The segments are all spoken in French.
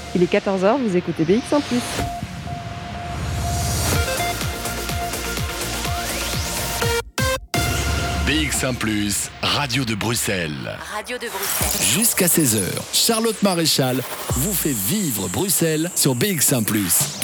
Il est 14h, vous écoutez BX1 ⁇ BX1 ⁇ Radio de Bruxelles. Radio de Bruxelles. Jusqu'à 16h, Charlotte Maréchal vous fait vivre Bruxelles sur BX1 ⁇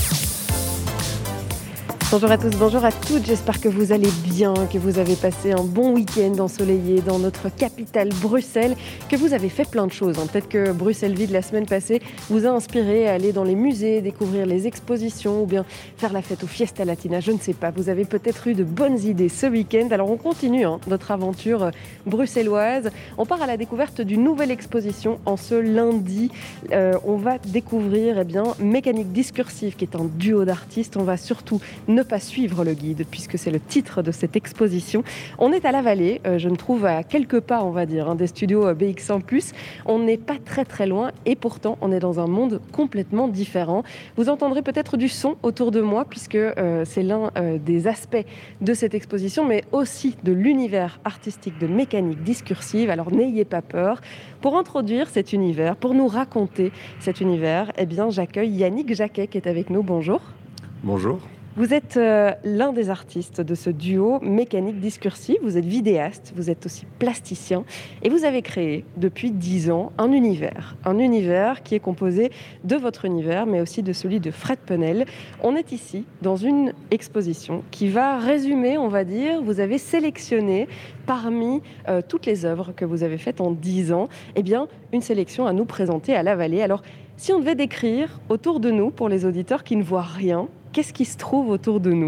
Bonjour à tous, bonjour à toutes, j'espère que vous allez bien, que vous avez passé un bon week-end ensoleillé dans notre capitale Bruxelles, que vous avez fait plein de choses. Peut-être que Bruxelles Vide la semaine passée vous a inspiré à aller dans les musées, découvrir les expositions ou bien faire la fête au Fiesta Latina, je ne sais pas. Vous avez peut-être eu de bonnes idées ce week-end. Alors on continue notre aventure bruxelloise. On part à la découverte d'une nouvelle exposition en ce lundi. On va découvrir Mécanique Discursive, qui est un duo d'artistes. On va surtout ne pas suivre le guide, puisque c'est le titre de cette exposition. On est à La Vallée, je me trouve à quelques pas, on va dire, des studios BX1 ⁇ On n'est pas très très loin, et pourtant on est dans un monde complètement différent. Vous entendrez peut-être du son autour de moi, puisque c'est l'un des aspects de cette exposition, mais aussi de l'univers artistique de Mécanique Discursive. Alors n'ayez pas peur. Pour introduire cet univers, pour nous raconter cet univers, j'accueille Yannick Jacquet qui est avec nous. Bonjour. Bonjour. Vous êtes l'un des artistes de ce duo Mécanique Discursive. Vous êtes vidéaste, vous êtes aussi plasticien et vous avez créé depuis 10 ans un univers qui est composé de votre univers mais aussi de celui de Fred Penel. On est ici dans une exposition qui va résumer, on va dire, vous avez sélectionné parmi toutes les œuvres que vous avez faites en 10 ans, une sélection à nous présenter à La Vallée. Alors, si on devait décrire autour de nous, pour les auditeurs qui ne voient rien, qu'est-ce qui se trouve autour de nous ?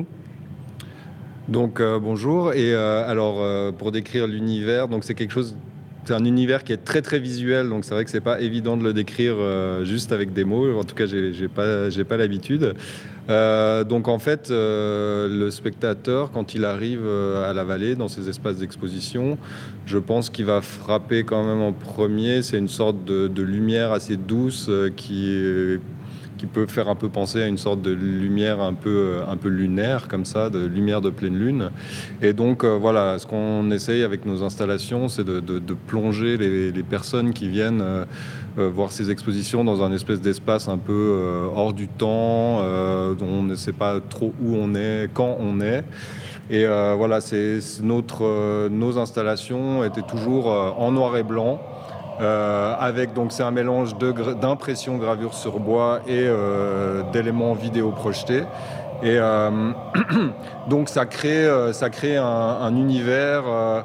Donc bonjour, et pour décrire l'univers, donc c'est un univers qui est très très visuel, donc c'est vrai que c'est pas évident de le décrire juste avec des mots. En tout cas, j'ai pas l'habitude. Donc en fait, le spectateur, quand il arrive à La Vallée, dans ces espaces d'exposition, je pense qu'il va frapper quand même en premier. C'est une sorte de lumière assez douce qui peut faire un peu penser à une sorte de lumière un peu lunaire, comme ça, de lumière de pleine lune. Et donc, ce qu'on essaye avec nos installations, c'est de plonger les personnes qui viennent voir ces expositions dans un espèce d'espace un peu hors du temps, dont on ne sait pas trop où on est, quand on est. Et nos installations étaient toujours en noir et blanc. C'est un mélange d'impression gravure sur bois et d'éléments vidéo projetés. Et donc ça crée un univers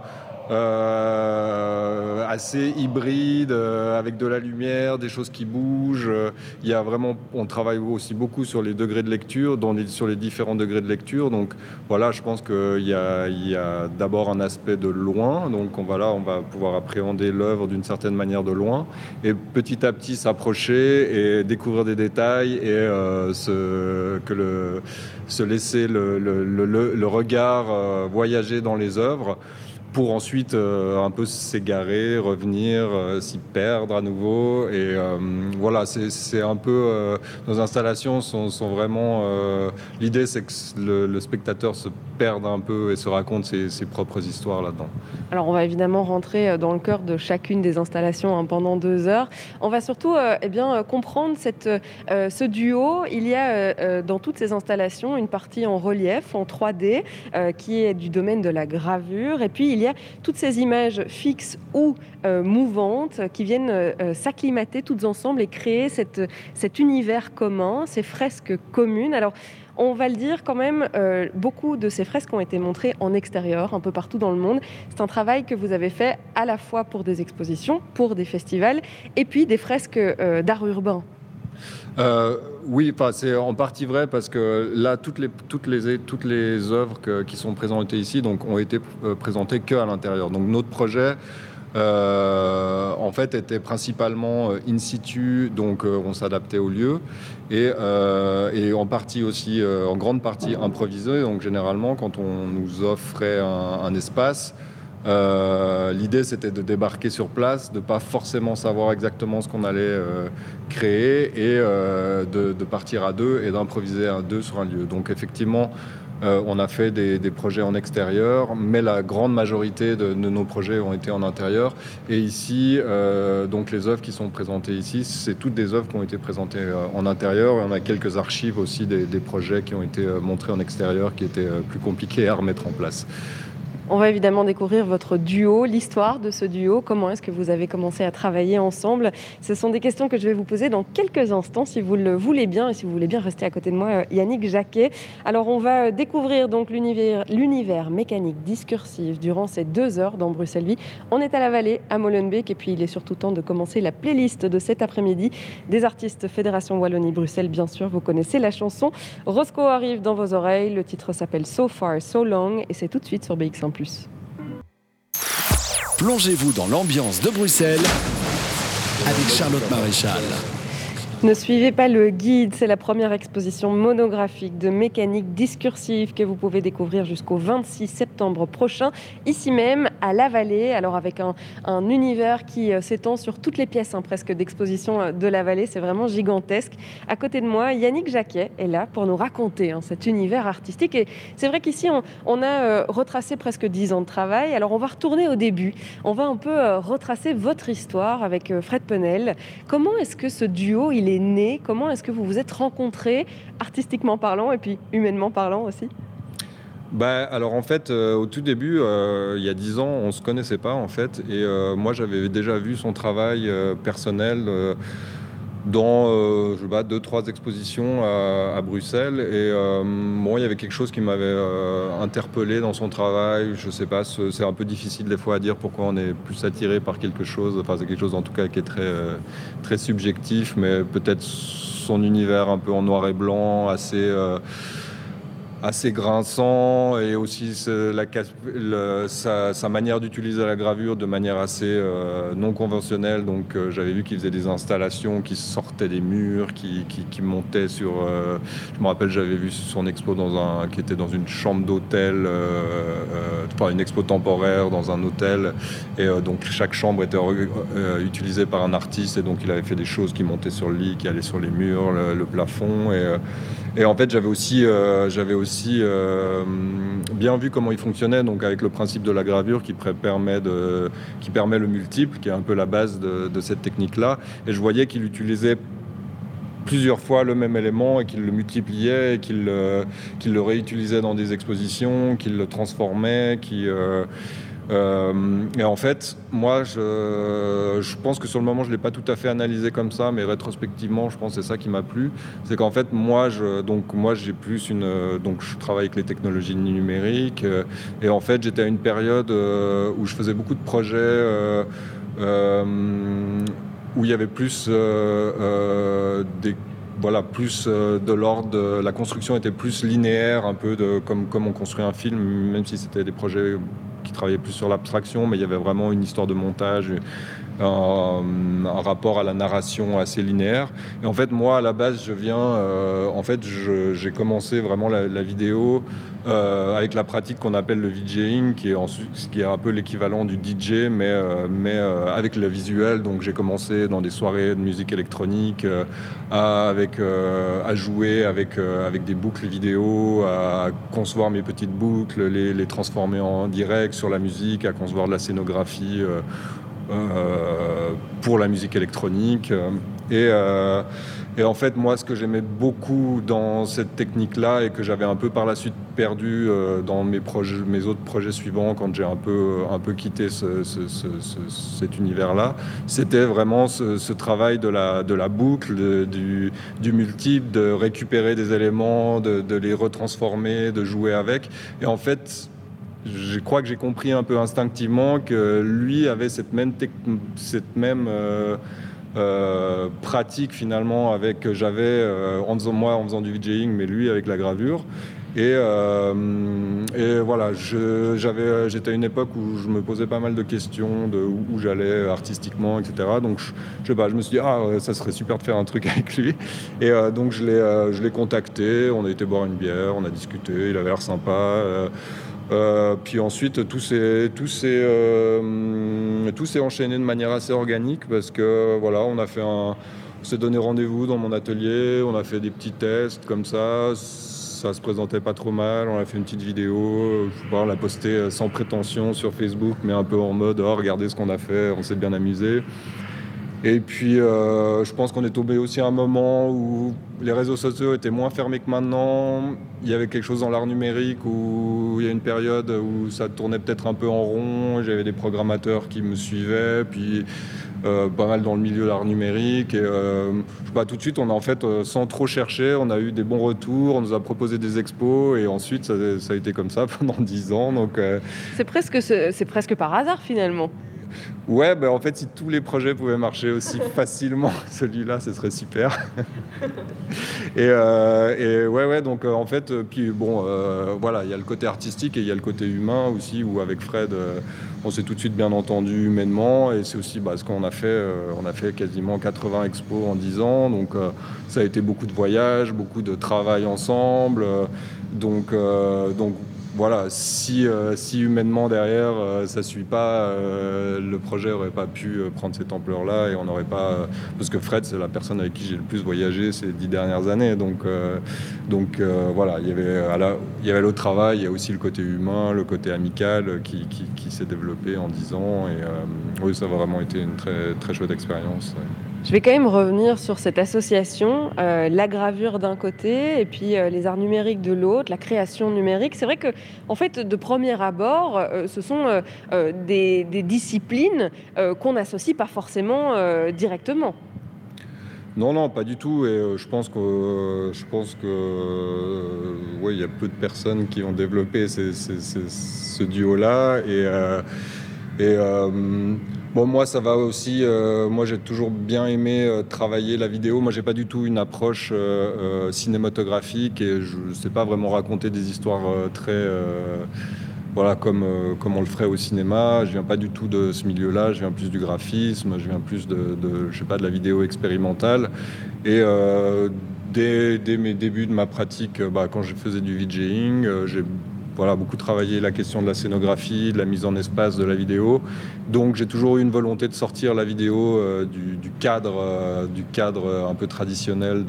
assez hybride, avec de la lumière, des choses qui bougent. On travaille aussi beaucoup sur les degrés de lecture, sur les différents degrés de lecture. Donc voilà, je pense qu'il y a d'abord un aspect de loin. Donc on va pouvoir appréhender l'œuvre d'une certaine manière de loin, et petit à petit s'approcher et découvrir des détails et se laisser le regard voyager dans les œuvres, pour ensuite un peu s'égarer, revenir, s'y perdre à nouveau. Et c'est un peu... nos installations sont vraiment... l'idée, c'est que le spectateur se perde un peu et se raconte ses propres histoires là-dedans. Alors, on va évidemment rentrer dans le cœur de chacune des installations pendant 2 heures. On va surtout comprendre ce duo. Il y a dans toutes ces installations une partie en relief, en 3D, qui est du domaine de la gravure. Et puis, il y a toutes ces images fixes ou mouvantes qui viennent s'acclimater toutes ensemble et créer cet univers commun, ces fresques communes. Alors, on va le dire quand même, beaucoup de ces fresques ont été montrées en extérieur, un peu partout dans le monde. C'est un travail que vous avez fait à la fois pour des expositions, pour des festivals, et puis des fresques d'art urbain. Oui, c'est en partie vrai, parce que là, toutes les œuvres qui sont présentées ici ont été présentées qu'à l'intérieur. Donc notre projet en fait était principalement in situ, donc on s'adaptait au lieu, et en partie aussi, en grande partie improvisé. Donc généralement, quand on nous offrait un espace, l'idée c'était de débarquer sur place, de pas forcément savoir exactement ce qu'on allait créer, et de partir à deux et d'improviser à deux sur un lieu. Donc effectivement, On a fait des projets en extérieur, mais la grande majorité de nos projets ont été en intérieur. Et ici, donc les œuvres qui sont présentées ici, c'est toutes des œuvres qui ont été présentées en intérieur. Et on a quelques archives aussi des projets qui ont été montrés en extérieur, qui étaient plus compliqués à remettre en place. On va évidemment découvrir votre duo, l'histoire de ce duo. Comment est-ce que vous avez commencé à travailler ensemble? Ce sont des questions que je vais vous poser dans quelques instants, si vous le voulez bien, et si vous voulez bien rester à côté de moi, Yannick Jacquet. Alors, on va découvrir donc l'univers mécanique discursif durant ces 2 heures dans Bruxelles Vie. On est à la Vallée, à Molenbeek, et puis il est surtout temps de commencer la playlist de cet après-midi. Des artistes Fédération Wallonie-Bruxelles, bien sûr, vous connaissez la chanson. Roscoe arrive dans vos oreilles, le titre s'appelle So Far, So Long, et c'est tout de suite sur BX1+. Plongez-vous dans l'ambiance de Bruxelles avec Charlotte Maréchal. Ne suivez pas le guide, c'est la première exposition monographique de mécanique discursive que vous pouvez découvrir jusqu'au 26 septembre prochain, ici même à La Vallée. Alors avec un univers qui s'étend sur toutes les pièces presque d'exposition de La Vallée, c'est vraiment gigantesque. À côté de moi, Yannick Jacquet est là pour nous raconter cet univers artistique. Et c'est vrai qu'ici, on a retracé presque 10 ans de travail. Alors on va retourner au début. On va un peu retracer votre histoire avec Fred Penel. Comment est-ce que ce duo, il est né? Comment est-ce que vous vous êtes rencontrés, artistiquement parlant et puis humainement parlant aussi? Alors en fait, au tout début, il y a 10 ans, on ne se connaissait pas en fait. Et moi, j'avais déjà vu son travail personnel dans 2-3 expositions à Bruxelles. Et il y avait quelque chose qui m'avait interpellé dans son travail. Je sais pas, c'est un peu difficile des fois à dire pourquoi on est plus attiré par quelque chose. Enfin, c'est quelque chose en tout cas qui est très, très subjectif, mais peut-être son univers un peu en noir et blanc, assez grinçant, et aussi sa manière d'utiliser la gravure de manière assez non conventionnelle. Donc j'avais vu qu'il faisait des installations qui sortaient des murs, qui montaient sur... je me rappelle, j'avais vu son expo qui était dans une chambre d'hôtel, une expo temporaire dans un hôtel. Et donc chaque chambre était utilisée par un artiste, et donc il avait fait des choses qui montaient sur le lit, qui allaient sur les murs, le plafond. Et en fait, j'avais aussi bien vu comment il fonctionnait, donc avec le principe de la gravure qui permet le multiple, qui est un peu la base de cette technique-là. Et je voyais qu'il utilisait plusieurs fois le même élément et qu'il le multipliait et qu'il le réutilisait dans des expositions, qu'il le transformait, et en fait, moi, je pense que sur le moment, je ne l'ai pas tout à fait analysé comme ça, mais rétrospectivement, je pense que c'est ça qui m'a plu. C'est qu'en fait, moi, j'ai plus donc, je travaille avec les technologies numériques, et en fait, j'étais à une période où je faisais beaucoup de projets où il y avait plus plus de l'ordre de la construction était plus linéaire, un peu comme on construit un film, même si c'était des projets qui travaillait plus sur l'abstraction, mais il y avait vraiment une histoire de montage, un rapport à la narration assez linéaire. Et en fait, moi, à la base, j'ai commencé vraiment la vidéo avec la pratique qu'on appelle le VJing, qui est un peu l'équivalent du DJ, mais avec le visuel. Donc j'ai commencé dans des soirées de musique électronique à jouer avec des boucles vidéo, à concevoir mes petites boucles, les transformer en direct sur la musique, à concevoir de la scénographie pour la musique électronique. Et en fait, moi, ce que j'aimais beaucoup dans cette technique-là et que j'avais un peu par la suite perdu dans mes autres projets suivants, quand j'ai un peu quitté cet univers-là, c'était vraiment ce travail de la boucle, du multiple, de récupérer des éléments, de les retransformer, de jouer avec. Et en fait, je crois que j'ai compris un peu instinctivement que lui avait cette même pratique finalement j'avais en faisant du VJing, mais lui avec la gravure. Et voilà, j'étais à une époque où je me posais pas mal de questions de où j'allais artistiquement, etc. Donc je me suis dit ça serait super de faire un truc avec lui. Et donc je l'ai contacté, on a été boire une bière, on a discuté, il avait l'air sympa. Puis ensuite tout s'est enchaîné de manière assez organique, parce que voilà, on s'est donné rendez-vous dans mon atelier, on a fait des petits tests comme ça. ça se présentait pas trop mal. On a fait une petite vidéo, on l'a postée sans prétention sur Facebook, mais un peu en mode « Oh, regardez ce qu'on a fait, on s'est bien amusé ». Et puis, je pense qu'on est tombé aussi à un moment où les réseaux sociaux étaient moins fermés que maintenant. Il y avait quelque chose dans l'art numérique où il y a une période où ça tournait peut-être un peu en rond. J'avais des programmateurs qui me suivaient, puis pas mal dans le milieu de l'art numérique. Et tout de suite, on a en fait, sans trop chercher, on a eu des bons retours. On nous a proposé des expos et ensuite, ça a été comme ça pendant 10 ans. Donc, c'est presque par hasard finalement. Ouais, en fait, si tous les projets pouvaient marcher aussi facilement, celui-là, ce serait super. et ouais, donc en fait, puis bon, voilà, il y a le côté artistique et il y a le côté humain aussi, où avec Fred, on s'est tout de suite bien entendu humainement, et c'est aussi ce qu'on a fait. On a fait quasiment 80 expos en 10 ans, donc ça a été beaucoup de voyages, beaucoup de travail ensemble, donc voilà, si humainement derrière ça suit pas, le projet aurait pas pu prendre cette ampleur-là, et on n'aurait pas, parce que Fred, c'est la personne avec qui j'ai le plus voyagé ces 10 dernières années, donc voilà, il y avait le travail, il y a aussi le côté humain, le côté amical qui s'est développé en 10 ans, et oui, ça a vraiment été une très très chouette expérience. Je vais quand même revenir sur cette association, la gravure d'un côté et puis les arts numériques de l'autre, la création numérique. C'est vrai que, en fait, de premier abord, ce sont des disciplines qu'on n'associe pas forcément directement. Non, pas du tout. Et je pense que ouais, il y a peu de personnes qui ont développé ce duo-là. Bon, moi, ça va aussi. Moi, j'ai toujours bien aimé travailler la vidéo. Moi, j'ai pas du tout une approche cinématographique, et je sais pas vraiment raconter des histoires très voilà, comme on le ferait au cinéma. Je viens pas du tout de ce milieu-là. Je viens plus du graphisme. Je viens plus de la vidéo expérimentale. Et dès mes débuts de ma pratique, quand je faisais du VJing, j'ai beaucoup travaillé la question de la scénographie, de la mise en espace de la vidéo. Donc j'ai toujours eu une volonté de sortir la vidéo du cadre un peu traditionnel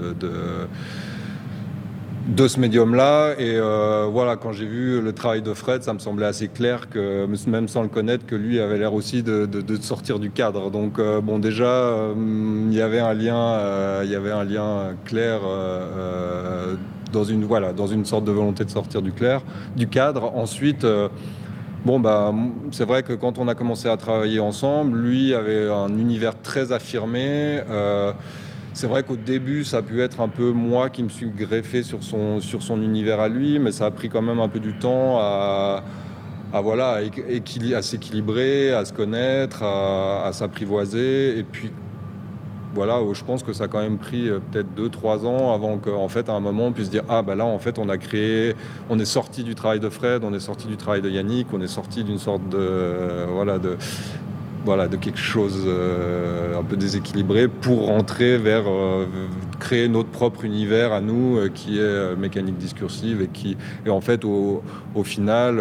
de ce médium-là. Et voilà, quand j'ai vu le travail de Fred, ça me semblait assez clair, que même sans le connaître, que lui avait l'air aussi de sortir du cadre. Donc bon, déjà, il y avait un lien clair dans une sorte de volonté de sortir du cadre. Ensuite, c'est vrai que quand on a commencé à travailler ensemble, lui avait un univers très affirmé. C'est vrai qu'au début, ça a pu être un peu moi qui me suis greffé sur son univers à lui, mais ça a pris quand même un peu du temps à s'équilibrer, à se connaître, à s'apprivoiser. Et puis, voilà, je pense que ça a quand même pris peut-être 2-3 ans avant qu'en fait, à un moment, on puisse dire « Ah, là, en fait, on est sorti du travail de Fred, on est sorti du travail de Yannick, on est sorti d'une sorte de quelque chose un peu déséquilibré pour rentrer vers créer notre propre univers à nous, qui est mécanique discursive, et en fait, au final...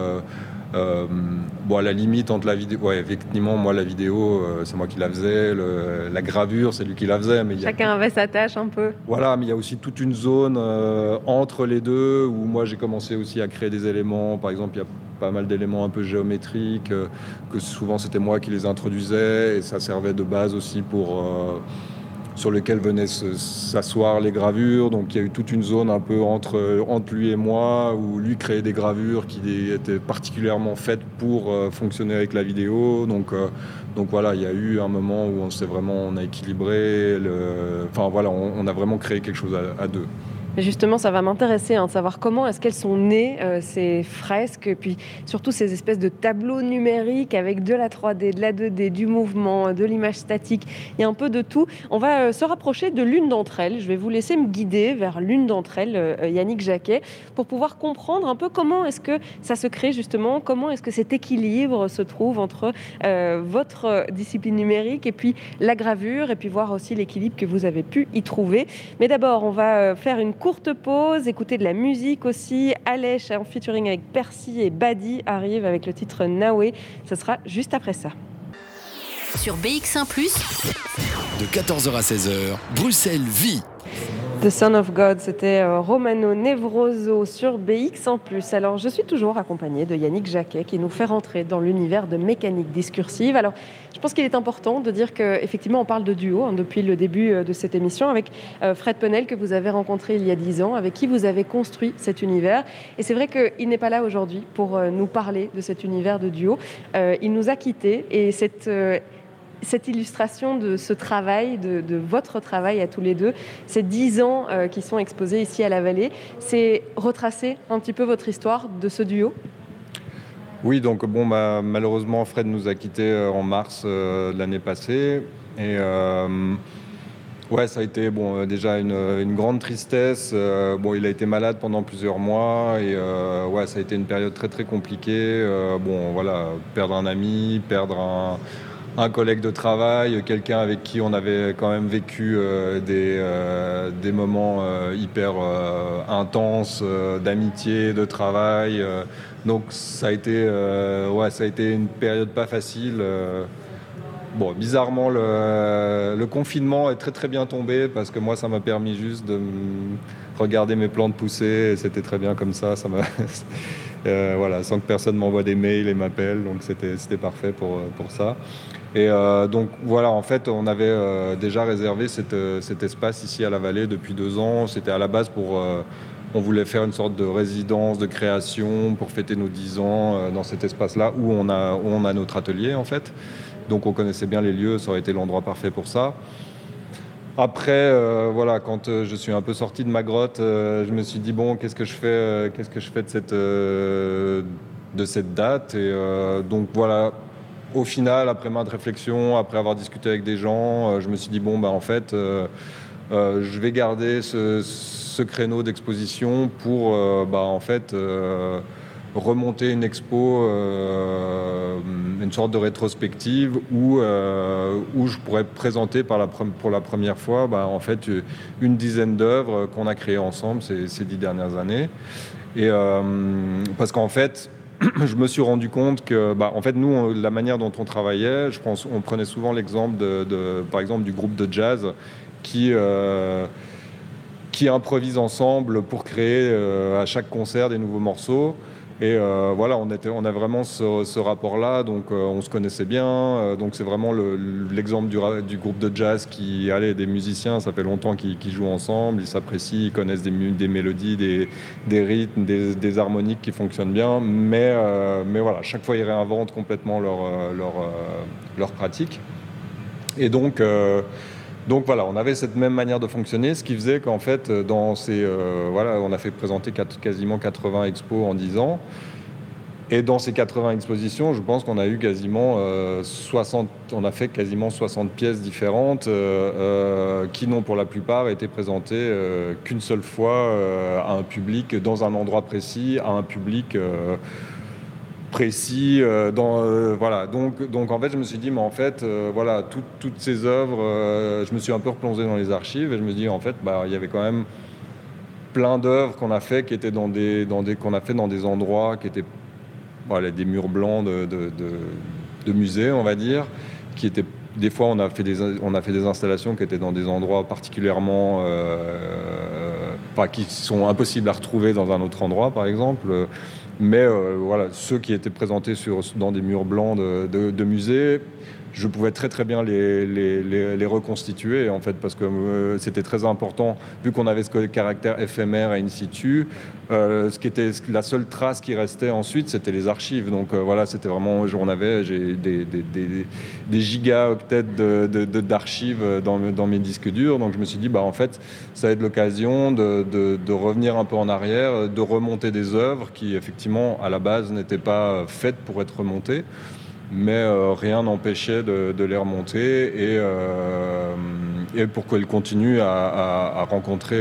à la limite entre la vidéo, effectivement, moi la vidéo, c'est moi qui la faisais, la gravure, c'est lui qui la faisait. Mais chacun avait sa tâche un peu. Voilà, mais il y a aussi toute une zone entre les deux, où moi j'ai commencé aussi à créer des éléments. Par exemple, il y a pas mal d'éléments un peu géométriques, que souvent c'était moi qui les introduisais, et ça servait de base aussi sur lequel venaient s'asseoir les gravures. Donc il y a eu toute une zone un peu entre lui et moi, où lui créait des gravures qui étaient particulièrement faites pour fonctionner avec la vidéo. Donc voilà, il y a eu un moment où on a équilibré. On a vraiment créé quelque chose à deux. Mais justement, ça va m'intéresser de savoir comment est-ce qu'elles sont nées, ces fresques, et puis surtout ces espèces de tableaux numériques avec de la 3D, de la 2D, du mouvement, de l'image statique. Il y a un peu de tout. On va se rapprocher de l'une d'entre elles. Je vais vous laisser me guider vers l'une d'entre elles, Yannick Jacquet, pour pouvoir comprendre un peu comment est-ce que ça se crée justement, comment est-ce que cet équilibre se trouve entre votre discipline numérique et puis la gravure, et puis voir aussi l'équilibre que vous avez pu y trouver. Mais d'abord, on va faire une courte pause, écouter de la musique aussi. Alèche en featuring avec Percy et Badi arrive avec le titre Naoué. Ce sera juste après ça. Sur BX1+, de 14h à 16h, Bruxelles vit. The Son of God, c'était Romano Nevroso sur BX1+. Alors, je suis toujours accompagnée de Yannick Jacquet qui nous fait rentrer dans l'univers de mécanique discursive. Alors, je pense qu'il est important de dire qu'effectivement, on parle de duo depuis le début de cette émission avec Fred Penel que vous avez rencontré il y a 10 ans, avec qui vous avez construit cet univers. Et c'est vrai qu'il n'est pas là aujourd'hui pour nous parler de cet univers de duo. Il nous a quittés et cette illustration de ce travail, de votre travail à tous les deux, ces 10 ans qui sont exposés ici à la Vallée, c'est retracer un petit peu votre histoire de ce duo? Oui, donc malheureusement, Fred nous a quittés en mars de l'année passée. Et ouais, ça a été déjà une grande tristesse. Il a été malade pendant plusieurs mois et ouais, ça a été une période très très compliquée. Perdre un ami, perdre un collègue de travail, quelqu'un avec qui on avait quand même vécu des moments hyper intenses d'amitié, de travail. Donc ça a été une période pas facile. Bizarrement, le confinement est très très bien tombé parce que moi, ça m'a permis juste de regarder mes plantes pousser et c'était très bien comme ça. Ça m'a sans que personne m'envoie des mails et m'appelle, donc c'était parfait pour ça. Et en fait, on avait déjà réservé cet espace ici à la Vallée depuis 2 ans. C'était à la base on voulait faire une sorte de résidence de création pour fêter nos 10 ans dans cet espace-là où on a notre atelier en fait. Donc on connaissait bien les lieux, ça aurait été l'endroit parfait pour ça. Après, quand je suis un peu sorti de ma grotte, je me suis dit qu'est-ce que je fais de cette date. Et au final, après maintes réflexions, après avoir discuté avec des gens, je me suis dit je vais garder ce créneau d'exposition pour remonter une expo, une sorte de rétrospective où je pourrais présenter pour la première fois une dizaine d'œuvres qu'on a créées ensemble ces 10 dernières années. Et parce qu'en fait, je me suis rendu compte que, nous, la manière dont on travaillait, je pense, on prenait souvent l'exemple par exemple, du groupe de jazz qui improvisent ensemble pour créer à chaque concert des nouveaux morceaux. Et on a vraiment ce rapport-là, donc on se connaissait bien. Donc c'est vraiment l'exemple du groupe de jazz des musiciens, ça fait longtemps qu'ils jouent ensemble, ils s'apprécient, ils connaissent des mélodies, des rythmes, des harmoniques qui fonctionnent bien. Mais chaque fois ils réinventent complètement leur pratique. Et donc on avait cette même manière de fonctionner, ce qui faisait qu'en fait, on a fait présenter quasiment 80 expos en 10 ans. Et dans ces 80 expositions, je pense qu'on a eu quasiment 60 pièces différentes qui n'ont pour la plupart été présentées qu'une seule fois à un public dans un endroit précis, à un public précis. Donc en fait, je me suis dit, mais en fait, toutes ces œuvres, je me suis un peu replongé dans les archives et je me suis dit, en fait, il y avait quand même plein d'œuvres qu'on a fait qui étaient qu'on a fait dans des endroits qui étaient des murs blancs de musées, on va dire, qui étaient des fois on a fait des installations qui étaient dans des endroits particulièrement qui sont impossibles à retrouver dans un autre endroit, par exemple. Mais ceux qui étaient présentés dans des murs blancs de musées, je pouvais très très bien les reconstituer en fait, parce que c'était très important, vu qu'on avait ce caractère éphémère et in situ. Ce qui était la seule trace qui restait ensuite, c'était les archives. Donc c'était vraiment, j'ai des gigaoctets d'archives dans mes disques durs. Donc je me suis dit, en fait, ça va être l'occasion de revenir un peu en arrière, de remonter des œuvres qui, effectivement, à la base, n'étaient pas faites pour être remontées. Mais rien n'empêchait de les remonter et pour qu'elles continuent à rencontrer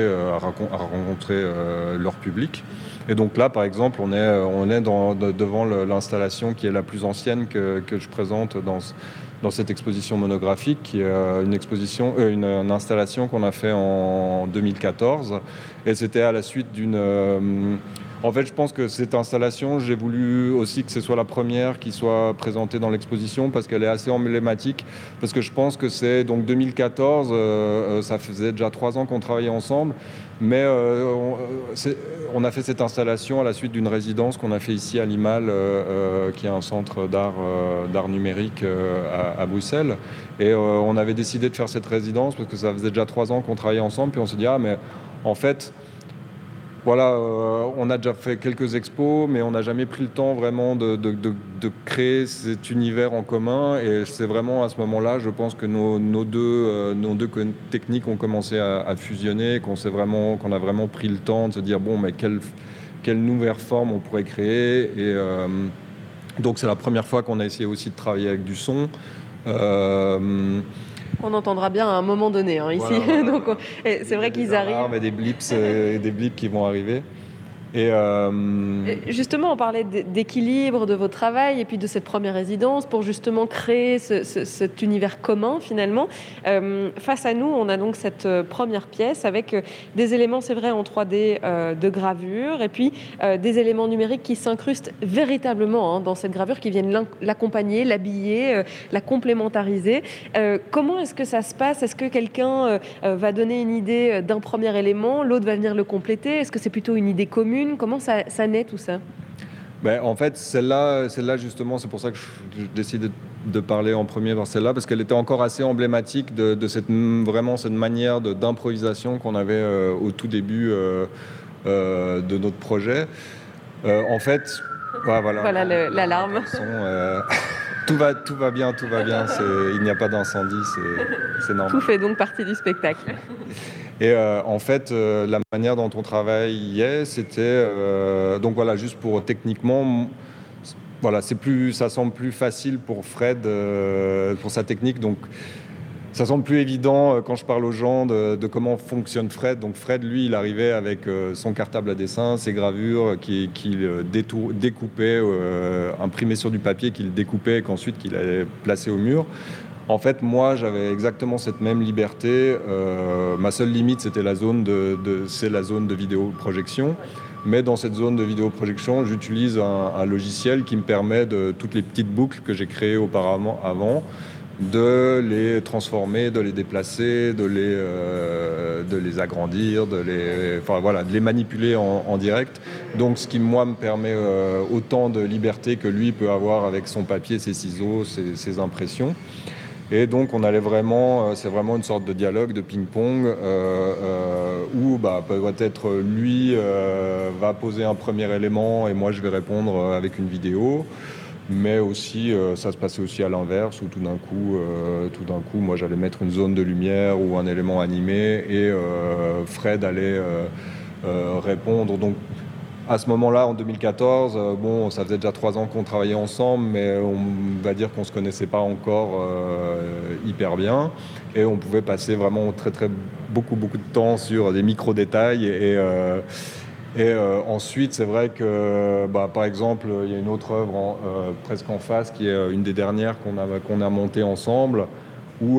leur public. Et donc là, par exemple, on est devant l'installation qui est la plus ancienne que je présente dans cette exposition monographique, qui est une installation qu'on a fait en 2014. Et c'était à la suite En fait, je pense que cette installation, j'ai voulu aussi que ce soit la première qui soit présentée dans l'exposition parce qu'elle est assez emblématique. Parce que je pense que c'est donc 2014, ça faisait déjà 3 ans qu'on travaillait ensemble. Mais on a fait cette installation à la suite d'une résidence qu'on a fait ici à l'IMAL, qui est un centre d'art numérique à Bruxelles. Et on avait décidé de faire cette résidence parce que ça faisait déjà 3 ans qu'on travaillait ensemble. Puis on s'est dit, ah mais en fait... Voilà, on a déjà fait quelques expos, mais on n'a jamais pris le temps vraiment de créer cet univers en commun. Et c'est vraiment à ce moment-là, je pense que nos deux techniques ont commencé à fusionner, qu'on a vraiment pris le temps de se dire, bon, mais quelle nouvelle forme on pourrait créer. Et donc c'est la première fois qu'on a essayé aussi de travailler avec du son. On entendra bien à un moment donné ici. Voilà. Donc, c'est vrai qu'ils arrivent. Mais des blips qui vont arriver. Et justement, on parlait d'équilibre de votre travail et puis de cette première résidence pour justement créer cet univers commun finalement. Face à nous, on a donc cette première pièce avec des éléments, c'est vrai, en 3D de gravure et puis des éléments numériques qui s'incrustent véritablement dans cette gravure, qui viennent l'accompagner, l'habiller, la complémentariser. Comment est-ce que ça se passe ? Est-ce que quelqu'un va donner une idée d'un premier élément, l'autre va venir le compléter ? Est-ce que c'est plutôt une idée commune ? Comment ça naît tout ça ? En fait, celle-là justement, c'est pour ça que je décide de parler en premier vers celle-là, parce qu'elle était encore assez emblématique de cette manière d'improvisation qu'on avait au tout début de notre projet. En fait, voilà l'alarme. Tout va bien. Il n'y a pas d'incendie, c'est normal. Tout fait donc partie du spectacle. Et en fait, la manière dont on travaillait, c'était donc voilà, juste pour techniquement, voilà, ça semble plus facile pour Fred pour sa technique. Donc ça semble plus évident quand je parle aux gens de comment fonctionne Fred. Donc Fred, lui, il arrivait avec son cartable à dessin, ses gravures qu'il découpait, imprimé sur du papier, qu'il découpait et qu'ensuite qu'il allait placer au mur. En fait, moi, j'avais exactement cette même liberté. Ma seule limite, c'était la zone de vidéoprojection. Mais dans cette zone de vidéoprojection, j'utilise un logiciel qui me permet toutes les petites boucles que j'ai créées avant, de les transformer, de les déplacer, de les agrandir, de les manipuler en direct. Donc, ce qui, moi, me permet autant de liberté que lui peut avoir avec son papier, ses ciseaux, ses impressions. Et donc, c'est vraiment une sorte de dialogue, de ping-pong, où peut-être lui va poser un premier élément et moi je vais répondre avec une vidéo. Mais aussi, ça se passait aussi à l'inverse, où tout d'un coup, moi j'allais mettre une zone de lumière ou un élément animé et Fred allait répondre. Donc, à ce moment-là, en 2014, ça faisait déjà 3 ans qu'on travaillait ensemble, mais on va dire qu'on ne se connaissait pas encore hyper bien. Et on pouvait passer vraiment beaucoup de temps sur des micro-détails. Et ensuite, c'est vrai que, par exemple, il y a une autre œuvre presque en face, qui est une des dernières qu'on a montée ensemble, où...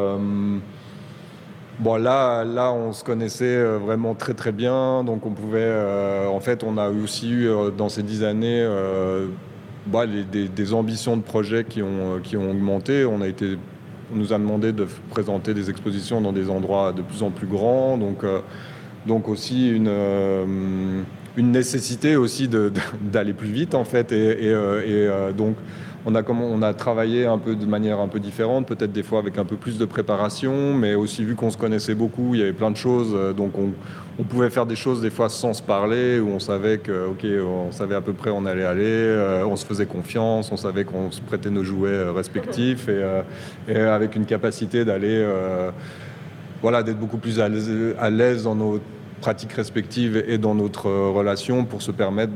là, on se connaissait vraiment très bien, donc on pouvait... en fait, on a aussi eu dans ces 10 années des ambitions de projets qui ont augmenté. On nous a demandé de présenter des expositions dans des endroits de plus en plus grands, donc aussi une nécessité aussi d'aller plus vite, en fait, donc... On a travaillé un peu de manière un peu différente, peut-être des fois avec un peu plus de préparation, mais aussi vu qu'on se connaissait beaucoup, il y avait plein de choses, donc on pouvait faire des choses des fois sans se parler, où on savait on savait à peu près où on allait aller, on se faisait confiance, on savait qu'on se prêtait nos jouets respectifs, et avec une capacité d'aller, d'être beaucoup plus à l'aise dans nos pratiques respectives et dans notre relation pour se permettre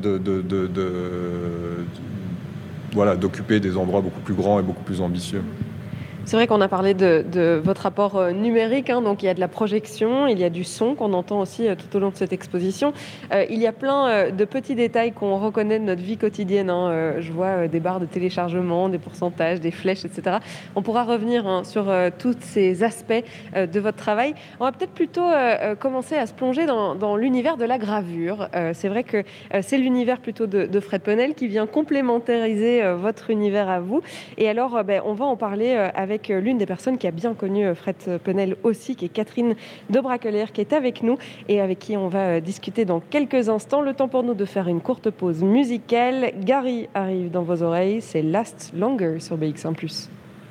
d'occuper des endroits beaucoup plus grands et beaucoup plus ambitieux. C'est vrai qu'on a parlé de votre rapport numérique, hein, donc il y a de la projection, il y a du son qu'on entend aussi tout au long de cette exposition. Il y a plein de petits détails qu'on reconnaît de notre vie quotidienne, hein. Je vois des barres de téléchargement, des pourcentages, des flèches, etc. On pourra revenir, hein, sur tous ces aspects de votre travail. On va peut-être plutôt commencer à se plonger dans l'univers de la gravure. C'est vrai que c'est l'univers plutôt de Fred Penel qui vient complémentariser votre univers à vous. Et alors, on va en parler avec l'une des personnes qui a bien connu Fred Penel aussi, qui est Catherine de Braquelière, qui est avec nous et avec qui on va discuter dans quelques instants. Le temps pour nous de faire une courte pause musicale. Gary arrive dans vos oreilles, c'est Last Longer sur BX1+.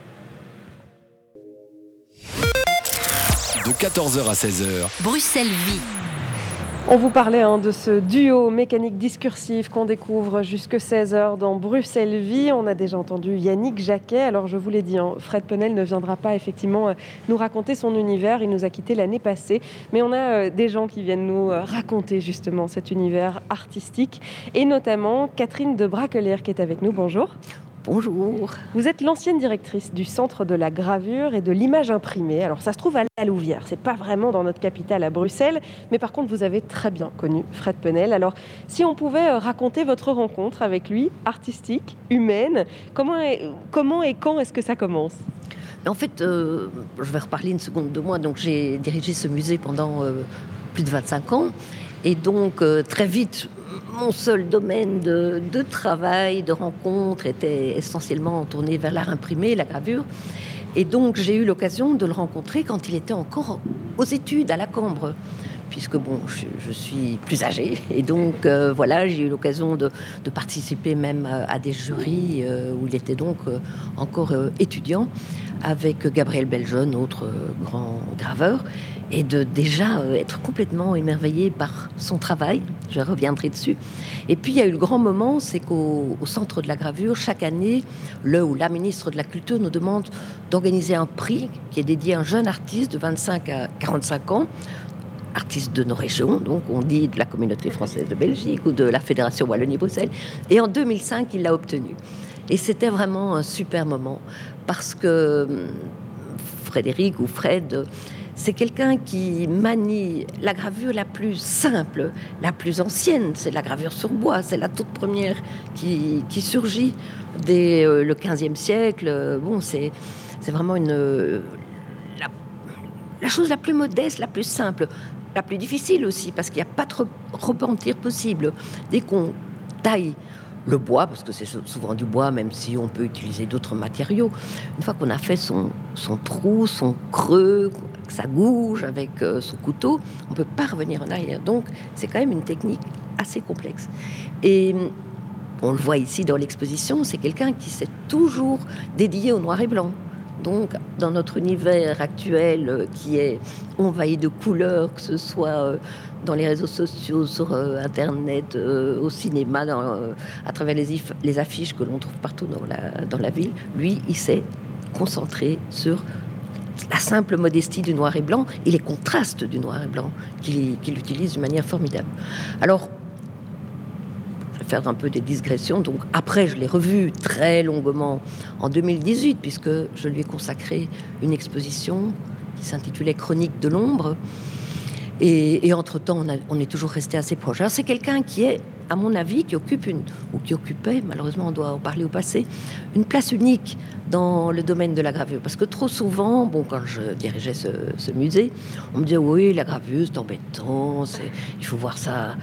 De 14h à 16h. Bruxelles Vie. On vous parlait, hein, de ce duo mécanique discursif qu'on découvre jusque 16h dans Bruxelles Vie. On a déjà entendu Yannick Jacquet. Alors je vous l'ai dit, hein, Fred Penel ne viendra pas effectivement nous raconter son univers. Il nous a quittés l'année passée. Mais on a des gens qui viennent nous raconter justement cet univers artistique. Et notamment Catherine de Braquelière qui est avec nous. Bonjour. Bonjour. Vous êtes l'ancienne directrice du Centre de la gravure et de l'image imprimée. Alors ça se trouve à la Louvière, c'est pas vraiment dans notre capitale à Bruxelles, mais par contre vous avez très bien connu Fred Penel. Alors si on pouvait raconter votre rencontre avec lui, artistique, humaine, comment et quand est-ce que ça commence ? En fait, je vais reparler une seconde de moi. Donc j'ai dirigé ce musée pendant plus de 25 ans. Et donc, très vite, mon seul domaine de travail, de rencontre, était essentiellement tourné vers l'art imprimé, la gravure. Et donc, j'ai eu l'occasion de le rencontrer quand il était encore aux études à la Cambre, puisque bon, je suis plus âgée. Et donc, voilà, j'ai eu l'occasion de participer même à des jurys où il était donc encore étudiant, avec Gabriel Beljeune, autre grand graveur, et de déjà être complètement émerveillé par son travail. Je reviendrai dessus. Et puis, il y a eu le grand moment, c'est qu'au Centre de la gravure, chaque année, le ou la ministre de la Culture nous demande d'organiser un prix qui est dédié à un jeune artiste de 25 à 45 ans, artiste de nos régions, donc on dit de la communauté française de Belgique ou de la Fédération Wallonie-Bruxelles. Et en 2005, il l'a obtenu. Et c'était vraiment un super moment, parce que Frédéric ou Fred, c'est quelqu'un qui manie la gravure la plus simple, la plus ancienne. C'est la gravure sur bois, c'est la toute première qui surgit dès le XVe siècle. Bon, c'est vraiment la chose la plus modeste, la plus simple, la plus difficile aussi, parce qu'il n'y a pas de repentir possible. Dès qu'on taille le bois, parce que c'est souvent du bois, même si on peut utiliser d'autres matériaux, une fois qu'on a fait son trou, son creux, que ça gouge avec son couteau, on ne peut pas revenir en arrière. Donc, c'est quand même une technique assez complexe. Et on le voit ici dans l'exposition, c'est quelqu'un qui s'est toujours dédié au noir et blanc. Donc, dans notre univers actuel qui est envahi de couleurs, que ce soit dans les réseaux sociaux, sur Internet, au cinéma, à travers les affiches que l'on trouve partout dans la ville, lui, il s'est concentré sur la simple modestie du noir et blanc et les contrastes du noir et blanc qu'il utilise de manière formidable. Alors, faire un peu des digressions. Donc après, je l'ai revu très longuement en 2018, puisque je lui ai consacré une exposition qui s'intitulait Chronique de l'ombre. Et entre-temps, on est toujours resté assez proches. Alors, c'est quelqu'un qui est, à mon avis, qui occupait, malheureusement on doit en parler au passé, une place unique dans le domaine de la gravure. Parce que trop souvent, quand je dirigeais ce musée, on me disait oui, la gravure c'est embêtant, il faut voir ça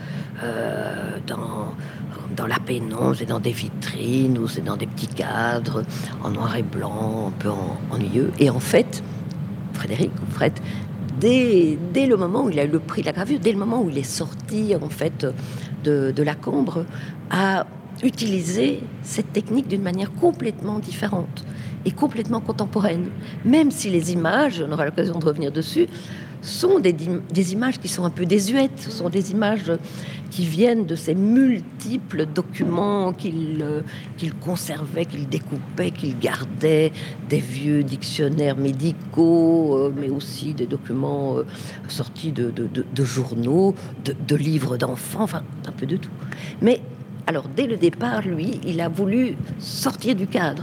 dans la pénombre, c'est dans des vitrines ou c'est dans des petits cadres en noir et blanc, un peu ennuyeux. Et en fait, Fred, dès le moment où il a eu le prix de la gravure, dès le moment où il est sorti en fait de la Cambre, a utilisé cette technique d'une manière complètement différente et complètement contemporaine. Même si les images, on aura l'occasion de revenir dessus, sont des images qui sont un peu désuètes, ce sont des images qui viennent de ces multiples documents qu'il conservait, qu'il découpait, qu'il gardait, des vieux dictionnaires médicaux, mais aussi des documents sortis de journaux, de livres d'enfants, enfin un peu de tout. Mais alors dès le départ, lui, il a voulu sortir du cadre,